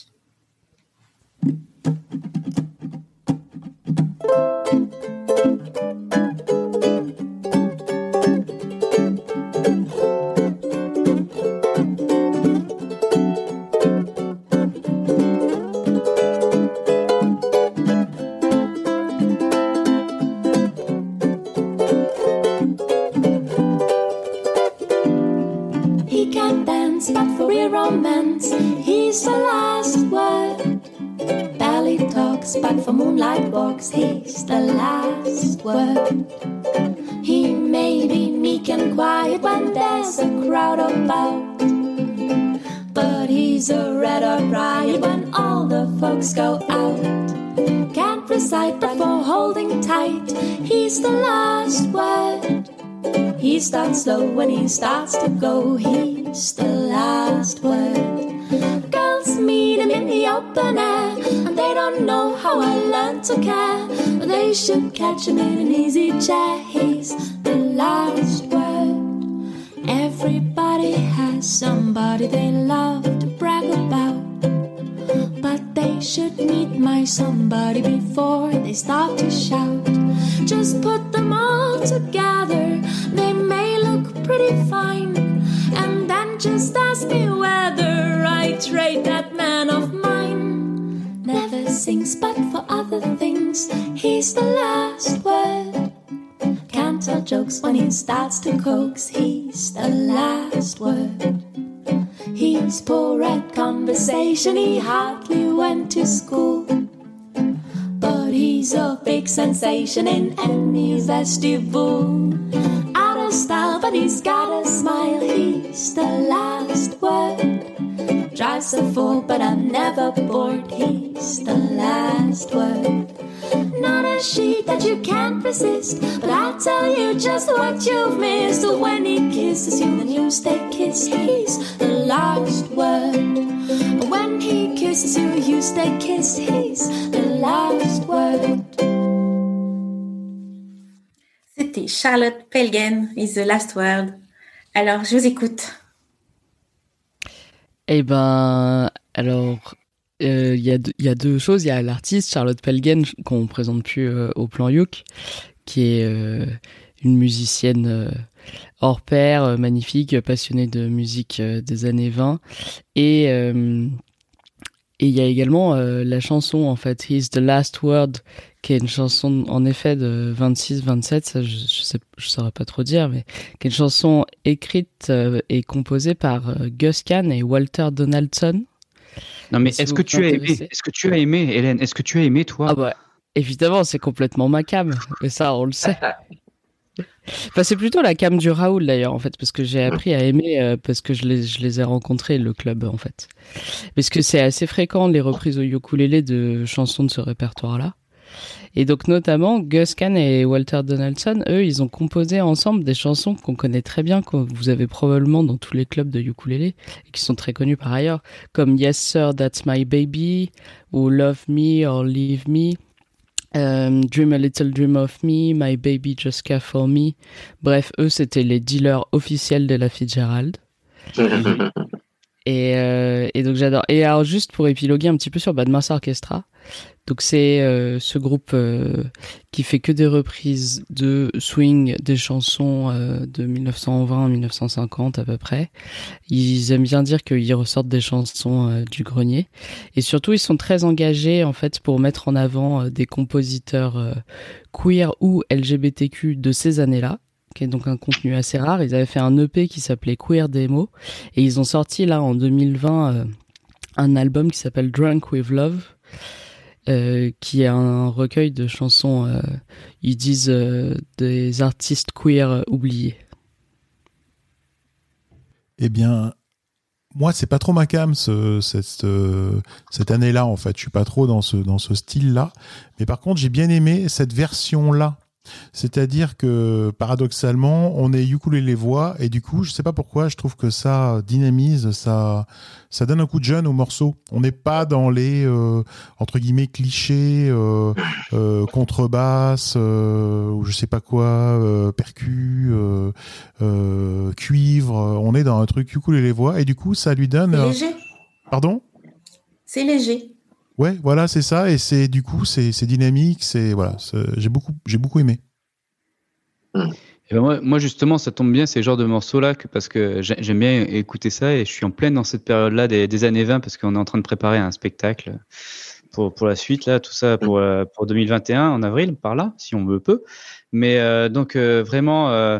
comments. He's the last word. Barely talks, but for moonlight walks. He's the last word. He may be meek and quiet when there's a crowd about, but he's a red or riot when all the folks go out. Can't recite, but for holding tight, he's the last word. He starts slow when he starts to go. He's the last word. Girls meet him in the open air, and they don't know how I learned to care. But they should catch him in an easy chair. He's the last word. Everybody has somebody they love to brag about, but they should meet my somebody before they start to shout. Just put them all together, they may look pretty fine, and then just ask me whether I trade that man of mine. Never sings but for other things, he's the last word. Can't tell jokes when he starts to coax, he's the last word. He's poor at conversation, he hardly went to school, but he's a big sensation in any vestibule. Out of style, but he's got a smile, he's the last word. Drives a fool, but I'm never bored, he's the last word. Not a sheet that you can't resist, but I'll tell you just what you've missed. When he kisses you, then you stay kissed, he's the last word. When he kisses you, you stay kissed, he's the last word. C'était Charlotte Pelgen, Is the Last Word. Alors, je vous écoute. Eh ben, alors, il euh, y, y a deux choses. Il y a l'artiste Charlotte Pelgen, qu'on présente plus euh, au plan Youk, qui est euh, une musicienne euh, hors pair, euh, magnifique, passionnée de musique euh, des années vingt. Et euh, et il y a également euh, la chanson, en fait, He's the Last Word, qui est une chanson, en effet, de vingt-six vingt-sept, ça, je, je sais, je saurais pas trop dire, mais qui est une chanson écrite euh, et composée par euh, Gus Kahn et Walter Donaldson. Non, mais est-ce que tu as aimé, est-ce que tu as aimé, Hélène, est-ce que tu as aimé, toi? Ah bah, évidemment, c'est complètement ma cam, mais ça, on le sait. Enfin, c'est plutôt la cam du Raoul, d'ailleurs, en fait, parce que j'ai appris à aimer, euh, parce que je les, je les ai rencontrés, le club, en fait. Parce que c'est assez fréquent, les reprises au ukulélé de chansons de ce répertoire-là. Et donc, notamment, Gus Kahn et Walter Donaldson, eux, ils ont composé ensemble des chansons qu'on connaît très bien, que vous avez probablement dans tous les clubs de ukulélé, et qui sont très connus par ailleurs, comme Yes Sir, That's My Baby, ou Love Me or Leave Me. Um, Dream a Little Dream of Me, My Baby Just Care For Me. Bref, eux, c'était les dealers officiels de la Fitzgerald. et, euh, et donc, j'adore. Et alors, juste pour épiloguer un petit peu sur Bad Mouth Orchestra, donc c'est euh, ce groupe euh, qui fait que des reprises de swing, des chansons euh, de mille neuf cent vingt à mille neuf cent cinquante à peu près. Ils aiment bien dire qu'ils ressortent des chansons euh, du grenier. Et surtout, ils sont très engagés en fait pour mettre en avant euh, des compositeurs euh, queer ou L G B T Q de ces années-là, qui est donc un contenu assez rare. Ils avaient fait un E P qui s'appelait Queer Demo et ils ont sorti là en deux mille vingt euh, un album qui s'appelle Drunk With Love. Euh, qui est un recueil de chansons, euh, ils disent euh, des artistes queer euh, oubliés. Eh bien, moi, c'est pas trop ma cam ce, cette, euh, cette année-là, en fait. Je suis pas trop dans ce, dans ce style-là. Mais par contre, j'ai bien aimé cette version-là. C'est-à-dire que, paradoxalement, on est ukulélé voix, et du coup, je sais pas pourquoi, je trouve que ça dynamise, ça, ça donne un coup de jeune au morceau. On n'est pas dans les, euh, entre guillemets, clichés, euh, euh, contrebasse, euh, ou je sais pas quoi, euh, percu, euh, euh, cuivre. On est dans un truc ukulélé voix, et du coup, ça lui donne... C'est euh... léger. Pardon ? C'est léger. Ouais, voilà, c'est ça, et c'est du coup, c'est, c'est dynamique, c'est voilà, c'est, j'ai beaucoup, j'ai beaucoup aimé. Et ben moi, moi, justement, ça tombe bien ces genres de morceaux-là, que, parce que j'aime bien écouter ça, et je suis en pleine dans cette période-là des, des années vingt, parce qu'on est en train de préparer un spectacle pour pour la suite, là, tout ça pour euh, pour deux mille vingt et un en avril, par là, si on veut peut. Mais euh, donc euh, vraiment. Euh,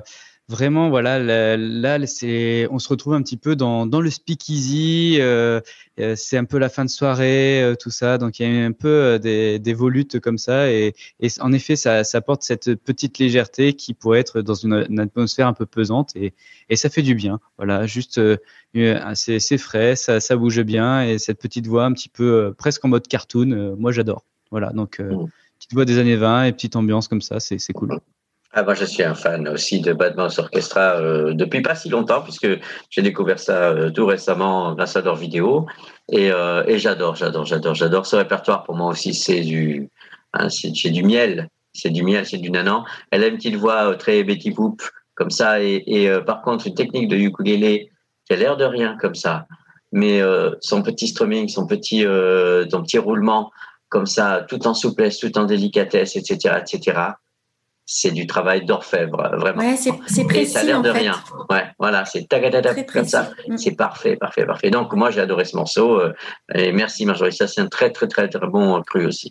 vraiment, voilà, là, là, c'est, on se retrouve un petit peu dans, dans le speakeasy. Euh, euh, c'est un peu la fin de soirée, euh, tout ça. Donc, il y a un peu euh, des, des volutes comme ça. Et, et en effet, ça, ça apporte cette petite légèreté qui pourrait être dans une, une atmosphère un peu pesante. Et, et ça fait du bien. Voilà, juste, euh, c'est, c'est frais, ça, ça bouge bien. Et cette petite voix un petit peu euh, presque en mode cartoon, euh, moi, j'adore. Voilà, donc, euh, petite voix des années vingt et petite ambiance comme ça, c'est, c'est cool. Ah, moi, je suis un fan aussi de Bad Mouse Orchestra euh, depuis pas si longtemps, puisque j'ai découvert ça euh, tout récemment grâce à leur vidéo. Et, euh, et j'adore, j'adore, j'adore, j'adore ce répertoire. Pour moi aussi, c'est du, hein, c'est, c'est du miel. C'est du miel, c'est du nanan. Elle a une petite voix euh, très Betty Boop, comme ça. Et, et euh, par contre, une technique de ukulélé qui a l'air de rien, comme ça. Mais euh, son petit strumming, son petit, euh, son petit roulement, comme ça, tout en souplesse, tout en délicatesse, et cetera, et cetera. C'est du travail d'orfèvre, vraiment. Ouais, c'est, c'est précis, et ça a l'air de en fait. rien. Ouais, voilà, c'est tagadada, comme ça. Mm. C'est parfait, parfait, parfait. Donc, moi, j'ai adoré ce morceau. Euh, et merci, Marjorie. Ça, c'est un très, très, très, très bon euh, cru aussi.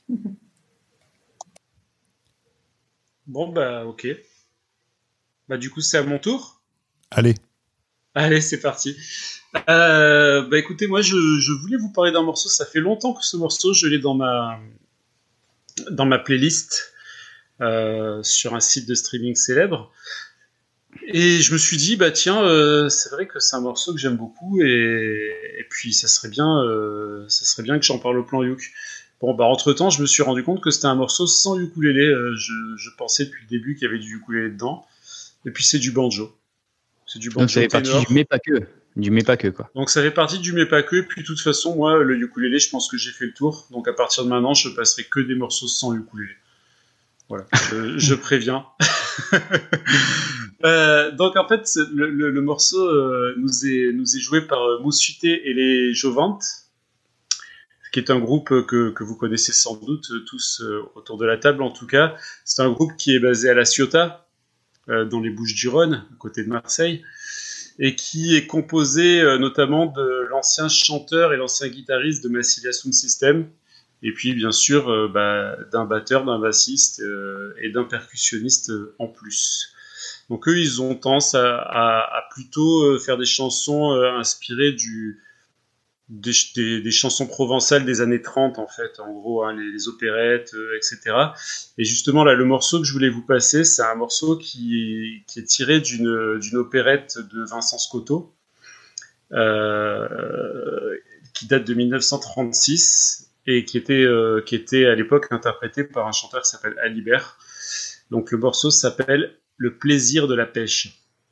Bon, bah, ok. Bah, du coup, c'est à mon tour. Allez. Allez, c'est parti. Euh, bah, écoutez, moi, je, je voulais vous parler d'un morceau. Ça fait longtemps que ce morceau, je l'ai dans ma, dans ma playlist. Euh, sur un site de streaming célèbre, et je me suis dit bah tiens euh, c'est vrai que c'est un morceau que j'aime beaucoup, et, et puis ça serait bien euh, ça serait bien que j'en parle au plan Youk. Bon bah entre temps je me suis rendu compte que c'était un morceau sans ukulélé. euh, je, je pensais depuis le début qu'il y avait du ukulélé dedans, et puis c'est du banjo, c'est du banjo. Donc ça fait partie du mais pas que du mais pas que quoi. Donc ça fait partie du mais pas que, et puis de toute façon moi le ukulélé je pense que j'ai fait le tour, donc à partir de maintenant je passerai que des morceaux sans ukulélé. Voilà, je, je préviens. euh, donc en fait, le, le, le morceau euh, nous est nous est joué par euh, Moussuté et les Jovantes, qui est un groupe que que vous connaissez sans doute tous euh, autour de la table. En tout cas, c'est un groupe qui est basé à La Ciotat, euh, dans les Bouches-du-Rhône, à côté de Marseille, et qui est composé euh, notamment de l'ancien chanteur et l'ancien guitariste de Massilia Sound System. Et puis, bien sûr, euh, bah, d'un batteur, d'un bassiste euh, et d'un percussionniste euh, en plus. Donc, eux, ils ont tendance à, à, à plutôt euh, faire des chansons euh, inspirées du, des, des, des chansons provençales des années trente, en fait. En gros, hein, les, les opérettes, euh, et cetera. Et justement, là, le morceau que je voulais vous passer, c'est un morceau qui est, qui est tiré d'une, d'une opérette de Vincent Scotto, euh, qui date de dix-neuf cent trente-six... et qui était, euh, qui était à l'époque interprété par un chanteur qui s'appelle Alibert. Donc le morceau s'appelle « Le plaisir de la pêche ».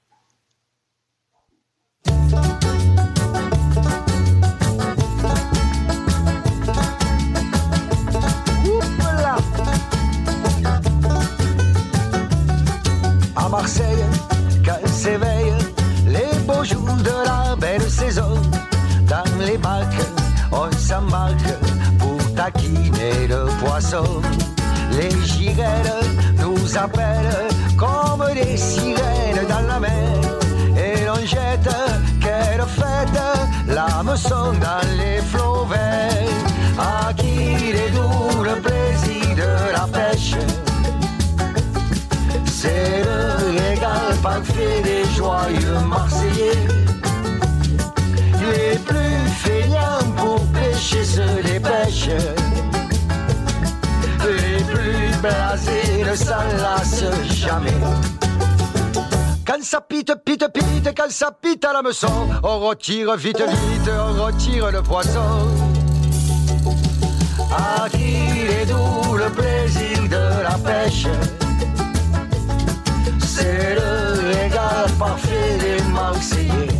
À Marseille, quand s'éveillent les beaux jours de la belle saison, dans les bacs, on s'embarque pour taquiner le poisson. Les girelles nous appellent comme des sirènes dans la mer, et l'on jette, quelle fête, l'hameçon dans les flots verts. À qui est doux le plaisir de la pêche, c'est le régal parfait des joyeux Marseillais. Les plus feignants pour pêcher se dépêchent, les plus blasés ne s'en lassent jamais. Quand ça pite, pite, pite, quand ça pite à l'hameçon, on retire vite, vite, on retire le poisson. À qui est doux le plaisir de la pêche, c'est le régal parfait des Marseillais.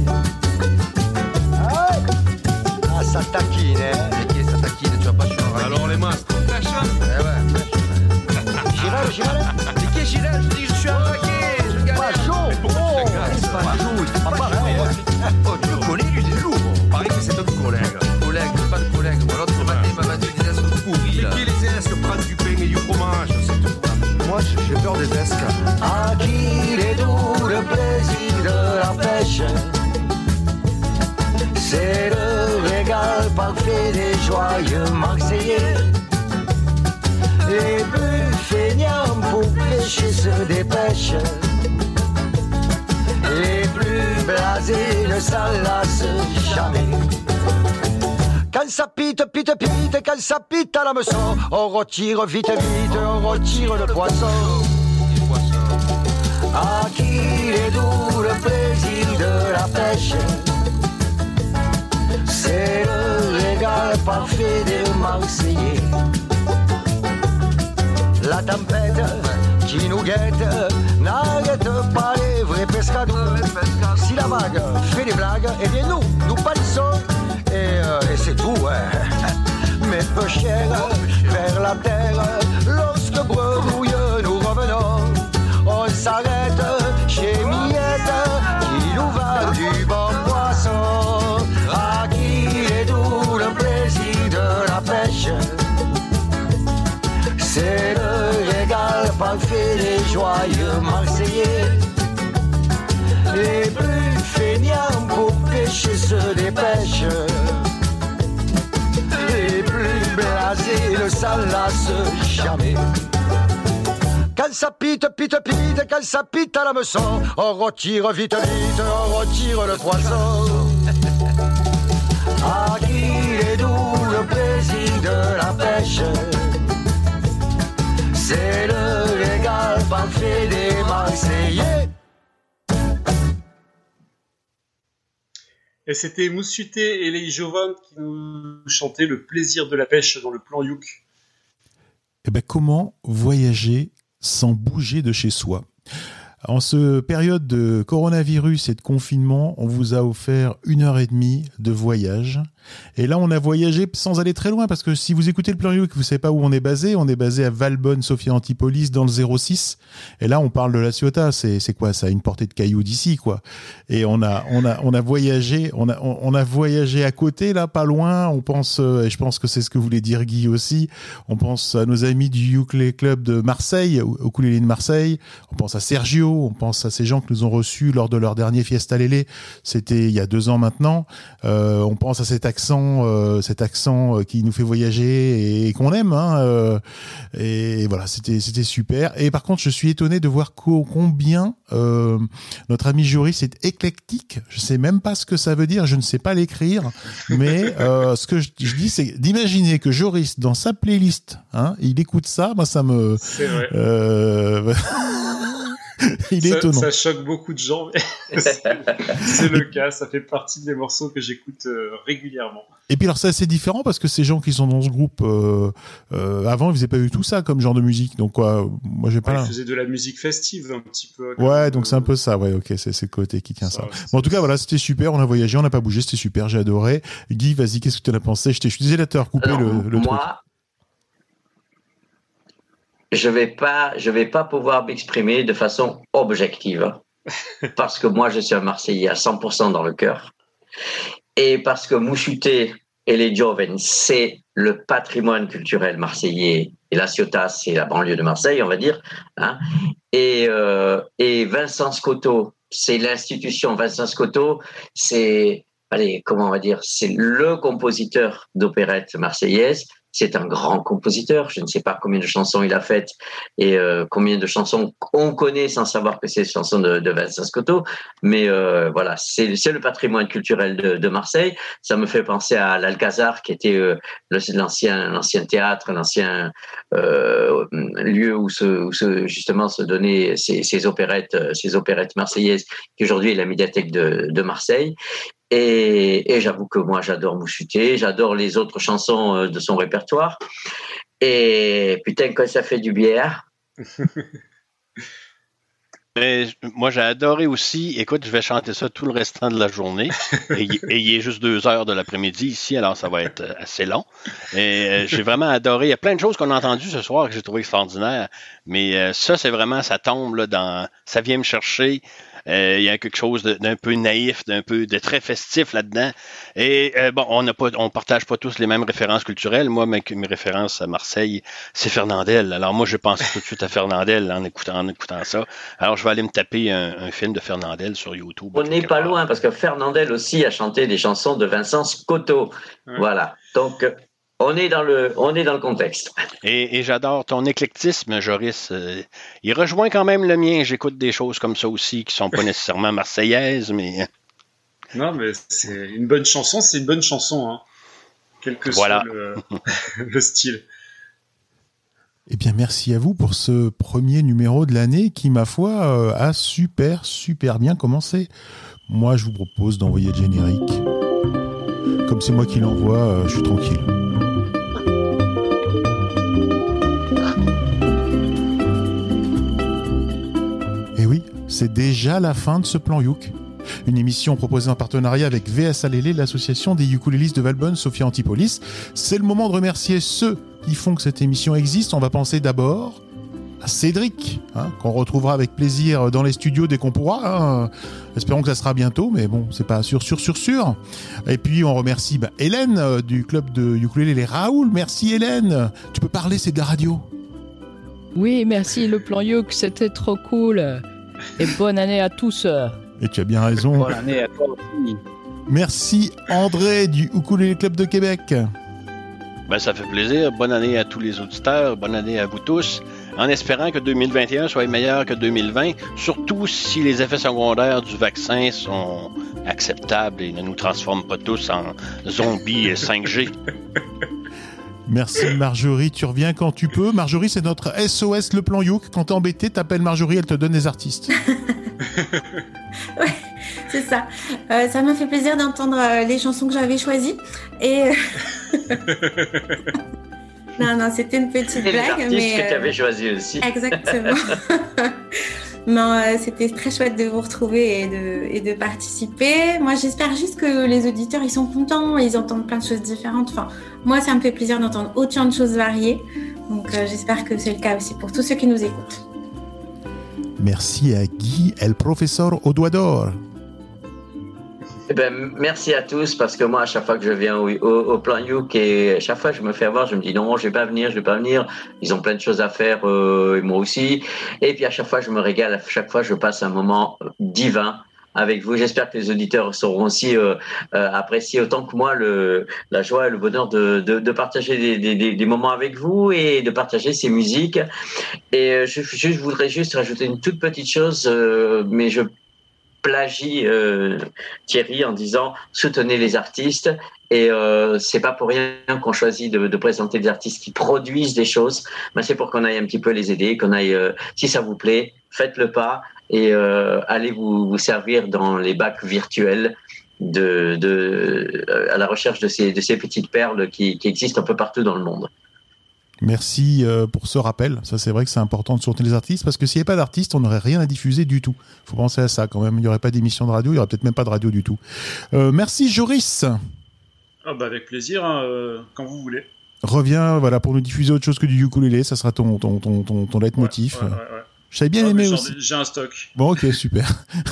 Ah, ça taquine, hein. Et qui est ça taquine, tu vas pas changer. Alors les masques, on pêche. Eh ouais. Giral, Giral. C'est qui Giral? Je dis, je suis attaqué. Je gagne. Pas chaud. Mais pourquoi tu t'agaces? C'est pas chaud, il prend pas rien. Oh, tu le connais, lui, il est lourd. Pareil que c'est un collègue. Collègue, pas de collègue. Moi, l'autre matin, il m'a vendu des esques pourris, là. Mais qui les esques? Prendre du pain et du fromage, c'est tout. Moi, j'ai peur des esques. À qui est doux le plaisir de la pêche, c'est le régal parfait des joyeux Marseillais. Les plus feignants pour pêcher se dépêchent, blasé ne s'en lasse jamais. Quand ça pite, pite, pite, quand ça pite à l'hameçon, on retire vite, vite, on retire le poisson. À qui est doux le plaisir de la pêche, c'est le régal parfait des Marseillais. La tempête qui nous guette n'arrête pas les vrais pescadors. Si la vague fait des blagues, eh bien nous, nous pâlissons. Et, euh, et c'est tout, hein. Mais peu cher vers la terre, lorsque bredouille nous revenons, on s'arrête chez Miette qui nous va du bon poisson. À qui est doux le plaisir de la pêche, c'est le régal parfait des joyeux Marseillais. Les plus feignants pour pêcher se dépêchent, les plus blasés ne s'en lassent jamais. Quand ça pite, pite, pite, quand ça pite à l'hameçon, on retire vite, vite, on retire le poisson. À qui est doux le plaisir de la pêche, c'est le régal parfait des Marseillais. Et c'était Moussuté et les Jovan qui nous chantaient le plaisir de la pêche dans le plan Youk. Eh ben, comment voyager sans bouger de chez soi ? En ce période de coronavirus et de confinement, on vous a offert une heure et demie de voyage. Et là, on a voyagé sans aller très loin, parce que si vous écoutez le plan Youk, vous ne savez pas où on est basé. On est basé à Valbonne, Sophia Antipolis, dans le zéro six. Et là, on parle de la Ciotat. C'est, c'est quoi ça ? Une portée de cailloux d'ici, quoi. Et on a, on a, on a voyagé, on a, on a voyagé à côté, là, pas loin. On pense, et je pense que c'est ce que voulait dire Guy aussi. On pense à nos amis du Ukulele Club de Marseille, au Ukulele de Marseille. On pense à Sergio. On pense à ces gens que nous ont reçus lors de leur dernier Fiesta Lélé. C'était il y a deux ans maintenant. Euh, on pense à cet accent, euh, cet accent qui nous fait voyager et, et qu'on aime. Hein, euh, et voilà, c'était c'était super. Et par contre, je suis étonné de voir co- combien euh, notre ami Joris est éclectique. Je sais même pas ce que ça veut dire. Je ne sais pas l'écrire. Mais euh, ce que je, je dis, c'est d'imaginer que Joris, dans sa playlist, hein, il écoute ça. Moi, ça me. C'est vrai. Euh... Il est ça, étonnant. Ça choque beaucoup de gens, mais c'est, c'est le cas. Ça fait partie des morceaux que j'écoute euh, régulièrement. Et puis alors c'est assez différent parce que ces gens qui sont dans ce groupe euh, euh, avant ils faisaient pas du tout ça comme genre de musique. Donc quoi, moi j'ai pas. Ouais, là. ils faisaient de la musique festive un petit peu. Ouais, même, donc euh... c'est un peu ça. Ouais, ok, c'est, c'est le côté qui tient ça. ça. Bon, en tout cas voilà, c'était super. On a voyagé, on n'a pas bougé, c'était super. J'ai adoré. Guy, vas-y, qu'est-ce que tu en as pensé ? Je, t'ai, je suis désolé de t'avoir coupé Alors, le, le moi, truc. Je vais pas, je vais pas pouvoir m'exprimer de façon objective parce que moi je suis un Marseillais à cent pour cent dans le cœur et parce que Moussuté et les Joven c'est le patrimoine culturel marseillais et la Ciotat c'est la banlieue de Marseille on va dire hein, et euh, et Vincent Scotto c'est l'institution Vincent Scotto c'est allez comment on va dire c'est le compositeur d'opérette marseillaise. C'est un grand compositeur. Je ne sais pas combien de chansons il a faites et euh, combien de chansons on connaît sans savoir que c'est des chansons de, de Vincent Scotto. Mais euh, voilà, c'est, c'est le patrimoine culturel de, de Marseille. Ça me fait penser à l'Alcazar, qui était euh, l'ancien, l'ancien théâtre, l'ancien euh, lieu où, se, où se, justement se donnaient ces, ces opérettes, ces opérettes marseillaises, qui aujourd'hui est la médiathèque de, de Marseille. Et, et j'avoue que moi, j'adore Moussuté, j'adore les autres chansons de son répertoire. Et putain, quand ça fait du bien. Mais moi, j'ai adoré aussi. Écoute, je vais chanter ça tout le restant de la journée. Et, et il est juste deux heures de l'après-midi ici, alors ça va être assez long. Et euh, j'ai vraiment adoré. Il y a plein de choses qu'on a entendues ce soir que j'ai trouvé extraordinaires. Mais euh, ça, c'est vraiment, ça tombe là, dans. Ça vient me chercher. Euh, il y a quelque chose de, d'un peu naïf, d'un peu de très festif là-dedans. Et euh, bon, on n'a pas, on partage pas tous les mêmes références culturelles. Moi, mes, mes références à Marseille, c'est Fernandel. Alors moi, je pense tout de suite à Fernandel en écoutant, en écoutant ça. Alors je vais aller me taper un, un film de Fernandel sur YouTube. On n'est pas loin parce que Fernandel aussi a chanté des chansons de Vincent Scotto. Ouais. Voilà. Donc on est dans le, on est dans le contexte. Et, et j'adore ton éclectisme, Joris. Euh, il rejoint quand même le mien. J'écoute des choses comme ça aussi qui sont pas nécessairement marseillaises, mais. Non, mais c'est une bonne chanson, c'est une bonne chanson, hein. Quel que Voilà. soit le, le style. Eh bien, merci à vous pour ce premier numéro de l'année qui, ma foi, euh, a super, super bien commencé. Moi, je vous propose d'envoyer le générique. Comme c'est moi qui l'envoie, euh, je suis tranquille. Et oui, c'est déjà la fin de ce plan Youk. Une émission proposée en partenariat avec V S Alélé, l'association des ukulélistes de Valbonne, Sophia Antipolis. C'est le moment de remercier ceux qui font que cette émission existe. On va penser d'abord à Cédric, hein, qu'on retrouvera avec plaisir dans les studios dès qu'on pourra. Hein. Espérons que ça sera bientôt, mais bon, c'est pas sûr, sûr, sûr, sûr. Et puis on remercie bah, Hélène euh, du club de ukulélé les Raoul. Merci Hélène. Tu peux parler, c'est de la radio. Oui, merci le plan Youk, c'était trop cool. Et bonne année à tous. Et tu as bien raison. Bonne année à toi aussi. Merci André du Ukulélé Club de Québec. Ben, ça fait plaisir. Bonne année à tous les auditeurs. Bonne année à vous tous. En espérant que deux mille vingt et un soit meilleur que deux mille vingt, surtout si les effets secondaires du vaccin sont acceptables et ne nous transforment pas tous en zombies cinq G. Merci Marjorie, tu reviens quand tu peux. Marjorie, c'est notre S O S le plan Youk. Quand t'es embêté, t'appelles Marjorie, elle te donne des artistes. Ouais, c'est ça. Euh, ça m'a fait plaisir d'entendre euh, les chansons que j'avais choisies. Et euh, non, non, c'était une petite Et les blague, artistes mais que euh, tu avais choisis aussi. exactement. Non, euh, c'était très chouette de vous retrouver et de, et de participer. Moi, j'espère juste que les auditeurs, ils sont contents, ils entendent plein de choses différentes. Enfin, moi, ça me fait plaisir d'entendre autant de choses variées. Donc, euh, j'espère que c'est le cas aussi pour tous ceux qui nous écoutent. Merci à Guy, el professeur au doigt d'or. Eh ben, merci à tous, parce que moi, à chaque fois que je viens au, au, au plan Youk, et à chaque fois je me fais avoir, je me dis non, je vais pas venir, je vais pas venir. Ils ont plein de choses à faire, euh, et moi aussi. Et puis à chaque fois, je me régale. À chaque fois, je passe un moment divin avec vous. J'espère que les auditeurs sauront aussi euh, euh, apprécier autant que moi le, la joie et le bonheur de, de, de partager des, des, des moments avec vous et de partager ces musiques. Et euh, je, je voudrais juste rajouter une toute petite chose, euh, mais je plagie euh, Thierry en disant soutenez les artistes, et euh, c'est pas pour rien qu'on choisit de, de présenter des artistes qui produisent des choses, mais c'est pour qu'on aille un petit peu les aider, qu'on aille, euh, si ça vous plaît, faites le pas et euh, allez vous, vous servir dans les bacs virtuels de, de, euh, à la recherche de ces, de ces petites perles qui, qui existent un peu partout dans le monde. Merci euh, pour ce rappel. Ça, c'est vrai que c'est important de soutenir les artistes, parce que s'il n'y avait pas d'artistes, on n'aurait rien à diffuser du tout. Il faut penser à ça quand même. Il n'y aurait pas d'émission de radio, il n'y aurait peut-être même pas de radio du tout. Euh, merci Joris. Ah bah avec plaisir, hein, euh, quand vous voulez. Reviens, voilà, pour nous diffuser autre chose que du ukulélé. Ça sera ton, ton, ton, ton, ton leitmotiv. Ouais, ouais, ouais, ouais. J'avais bien Ah, aimé mais aussi. J'ai un stock. Bon, ok, super.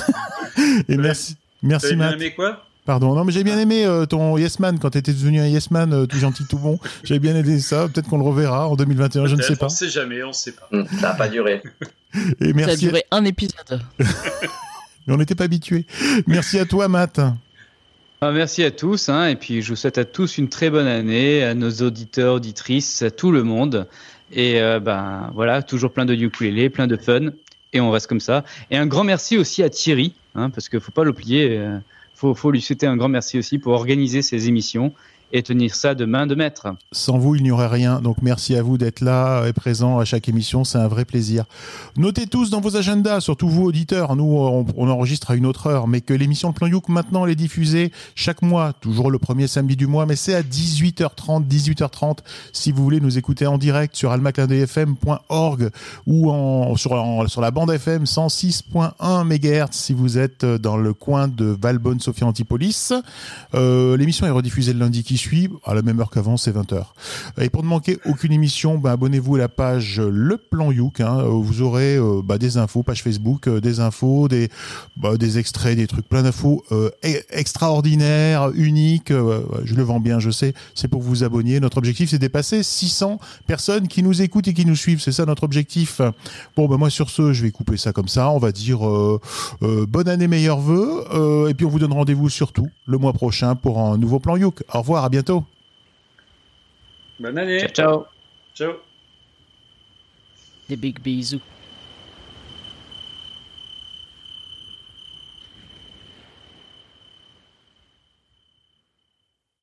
Et merci, merci T'avais bien Matt. aimé quoi? Pardon, non mais j'ai bien aimé euh, ton Yes Man quand t'étais devenu un Yes Man euh, tout gentil, tout bon. J'avais bien aimé ça. Peut-être qu'on le reverra en deux mille vingt et un, je ne sais pas. On sait jamais, on sait pas. Mmh, ça n'a pas duré. Et merci. Ça a duré un épisode. Mais on n'était pas habitués. Merci à toi, Matt. Ah, merci à tous, hein, et puis je vous souhaite à tous une très bonne année, à nos auditeurs, auditrices, à tout le monde. Et euh, ben voilà, toujours plein de ukulélé, plein de fun, et on reste comme ça. Et un grand merci aussi à Thierry, hein, parce qu'il faut pas l'oublier. Euh, Faut, faut lui souhaiter un grand merci aussi pour organiser ces émissions et tenir ça de main de maître. Sans vous, il n'y aurait rien. Donc merci à vous d'être là et présent à chaque émission. C'est un vrai plaisir. Notez tous dans vos agendas, surtout vous auditeurs. Nous, on, on enregistre à une autre heure, mais que l'émission Le Plan Youk, maintenant, elle est diffusée chaque mois, toujours le premier samedi du mois, mais c'est à dix-huit heures trente, dix-huit heures trente, si vous voulez nous écouter en direct sur almaclindf m point org ou en, sur, en, sur la bande F M cent six point un mégahertz si vous êtes dans le coin de Valbonne, Sophia Antipolis. Euh, l'émission est rediffusée le lundi qui suit, à la même heure qu'avant, c'est vingt heures. Et pour ne manquer aucune émission, bah, abonnez-vous à la page Le Plan Youk. Hein. Vous aurez euh, bah, des infos, page Facebook, euh, des infos, des, bah, des extraits, des trucs, plein d'infos euh, e- extraordinaires, uniques. Euh, je le vends bien, je sais. C'est pour vous abonner. Notre objectif, c'est de dépasser six cents personnes qui nous écoutent et qui nous suivent. C'est ça notre objectif. Bon, bah, moi, sur ce, je vais couper ça comme ça. On va dire euh, euh, bonne année, meilleurs vœux. Euh, et puis, on vous donne rendez-vous surtout le mois prochain pour un nouveau Plan Youk. Au revoir, à bientôt. Bonne année. Ciao, ciao. Ciao. Des big bisous.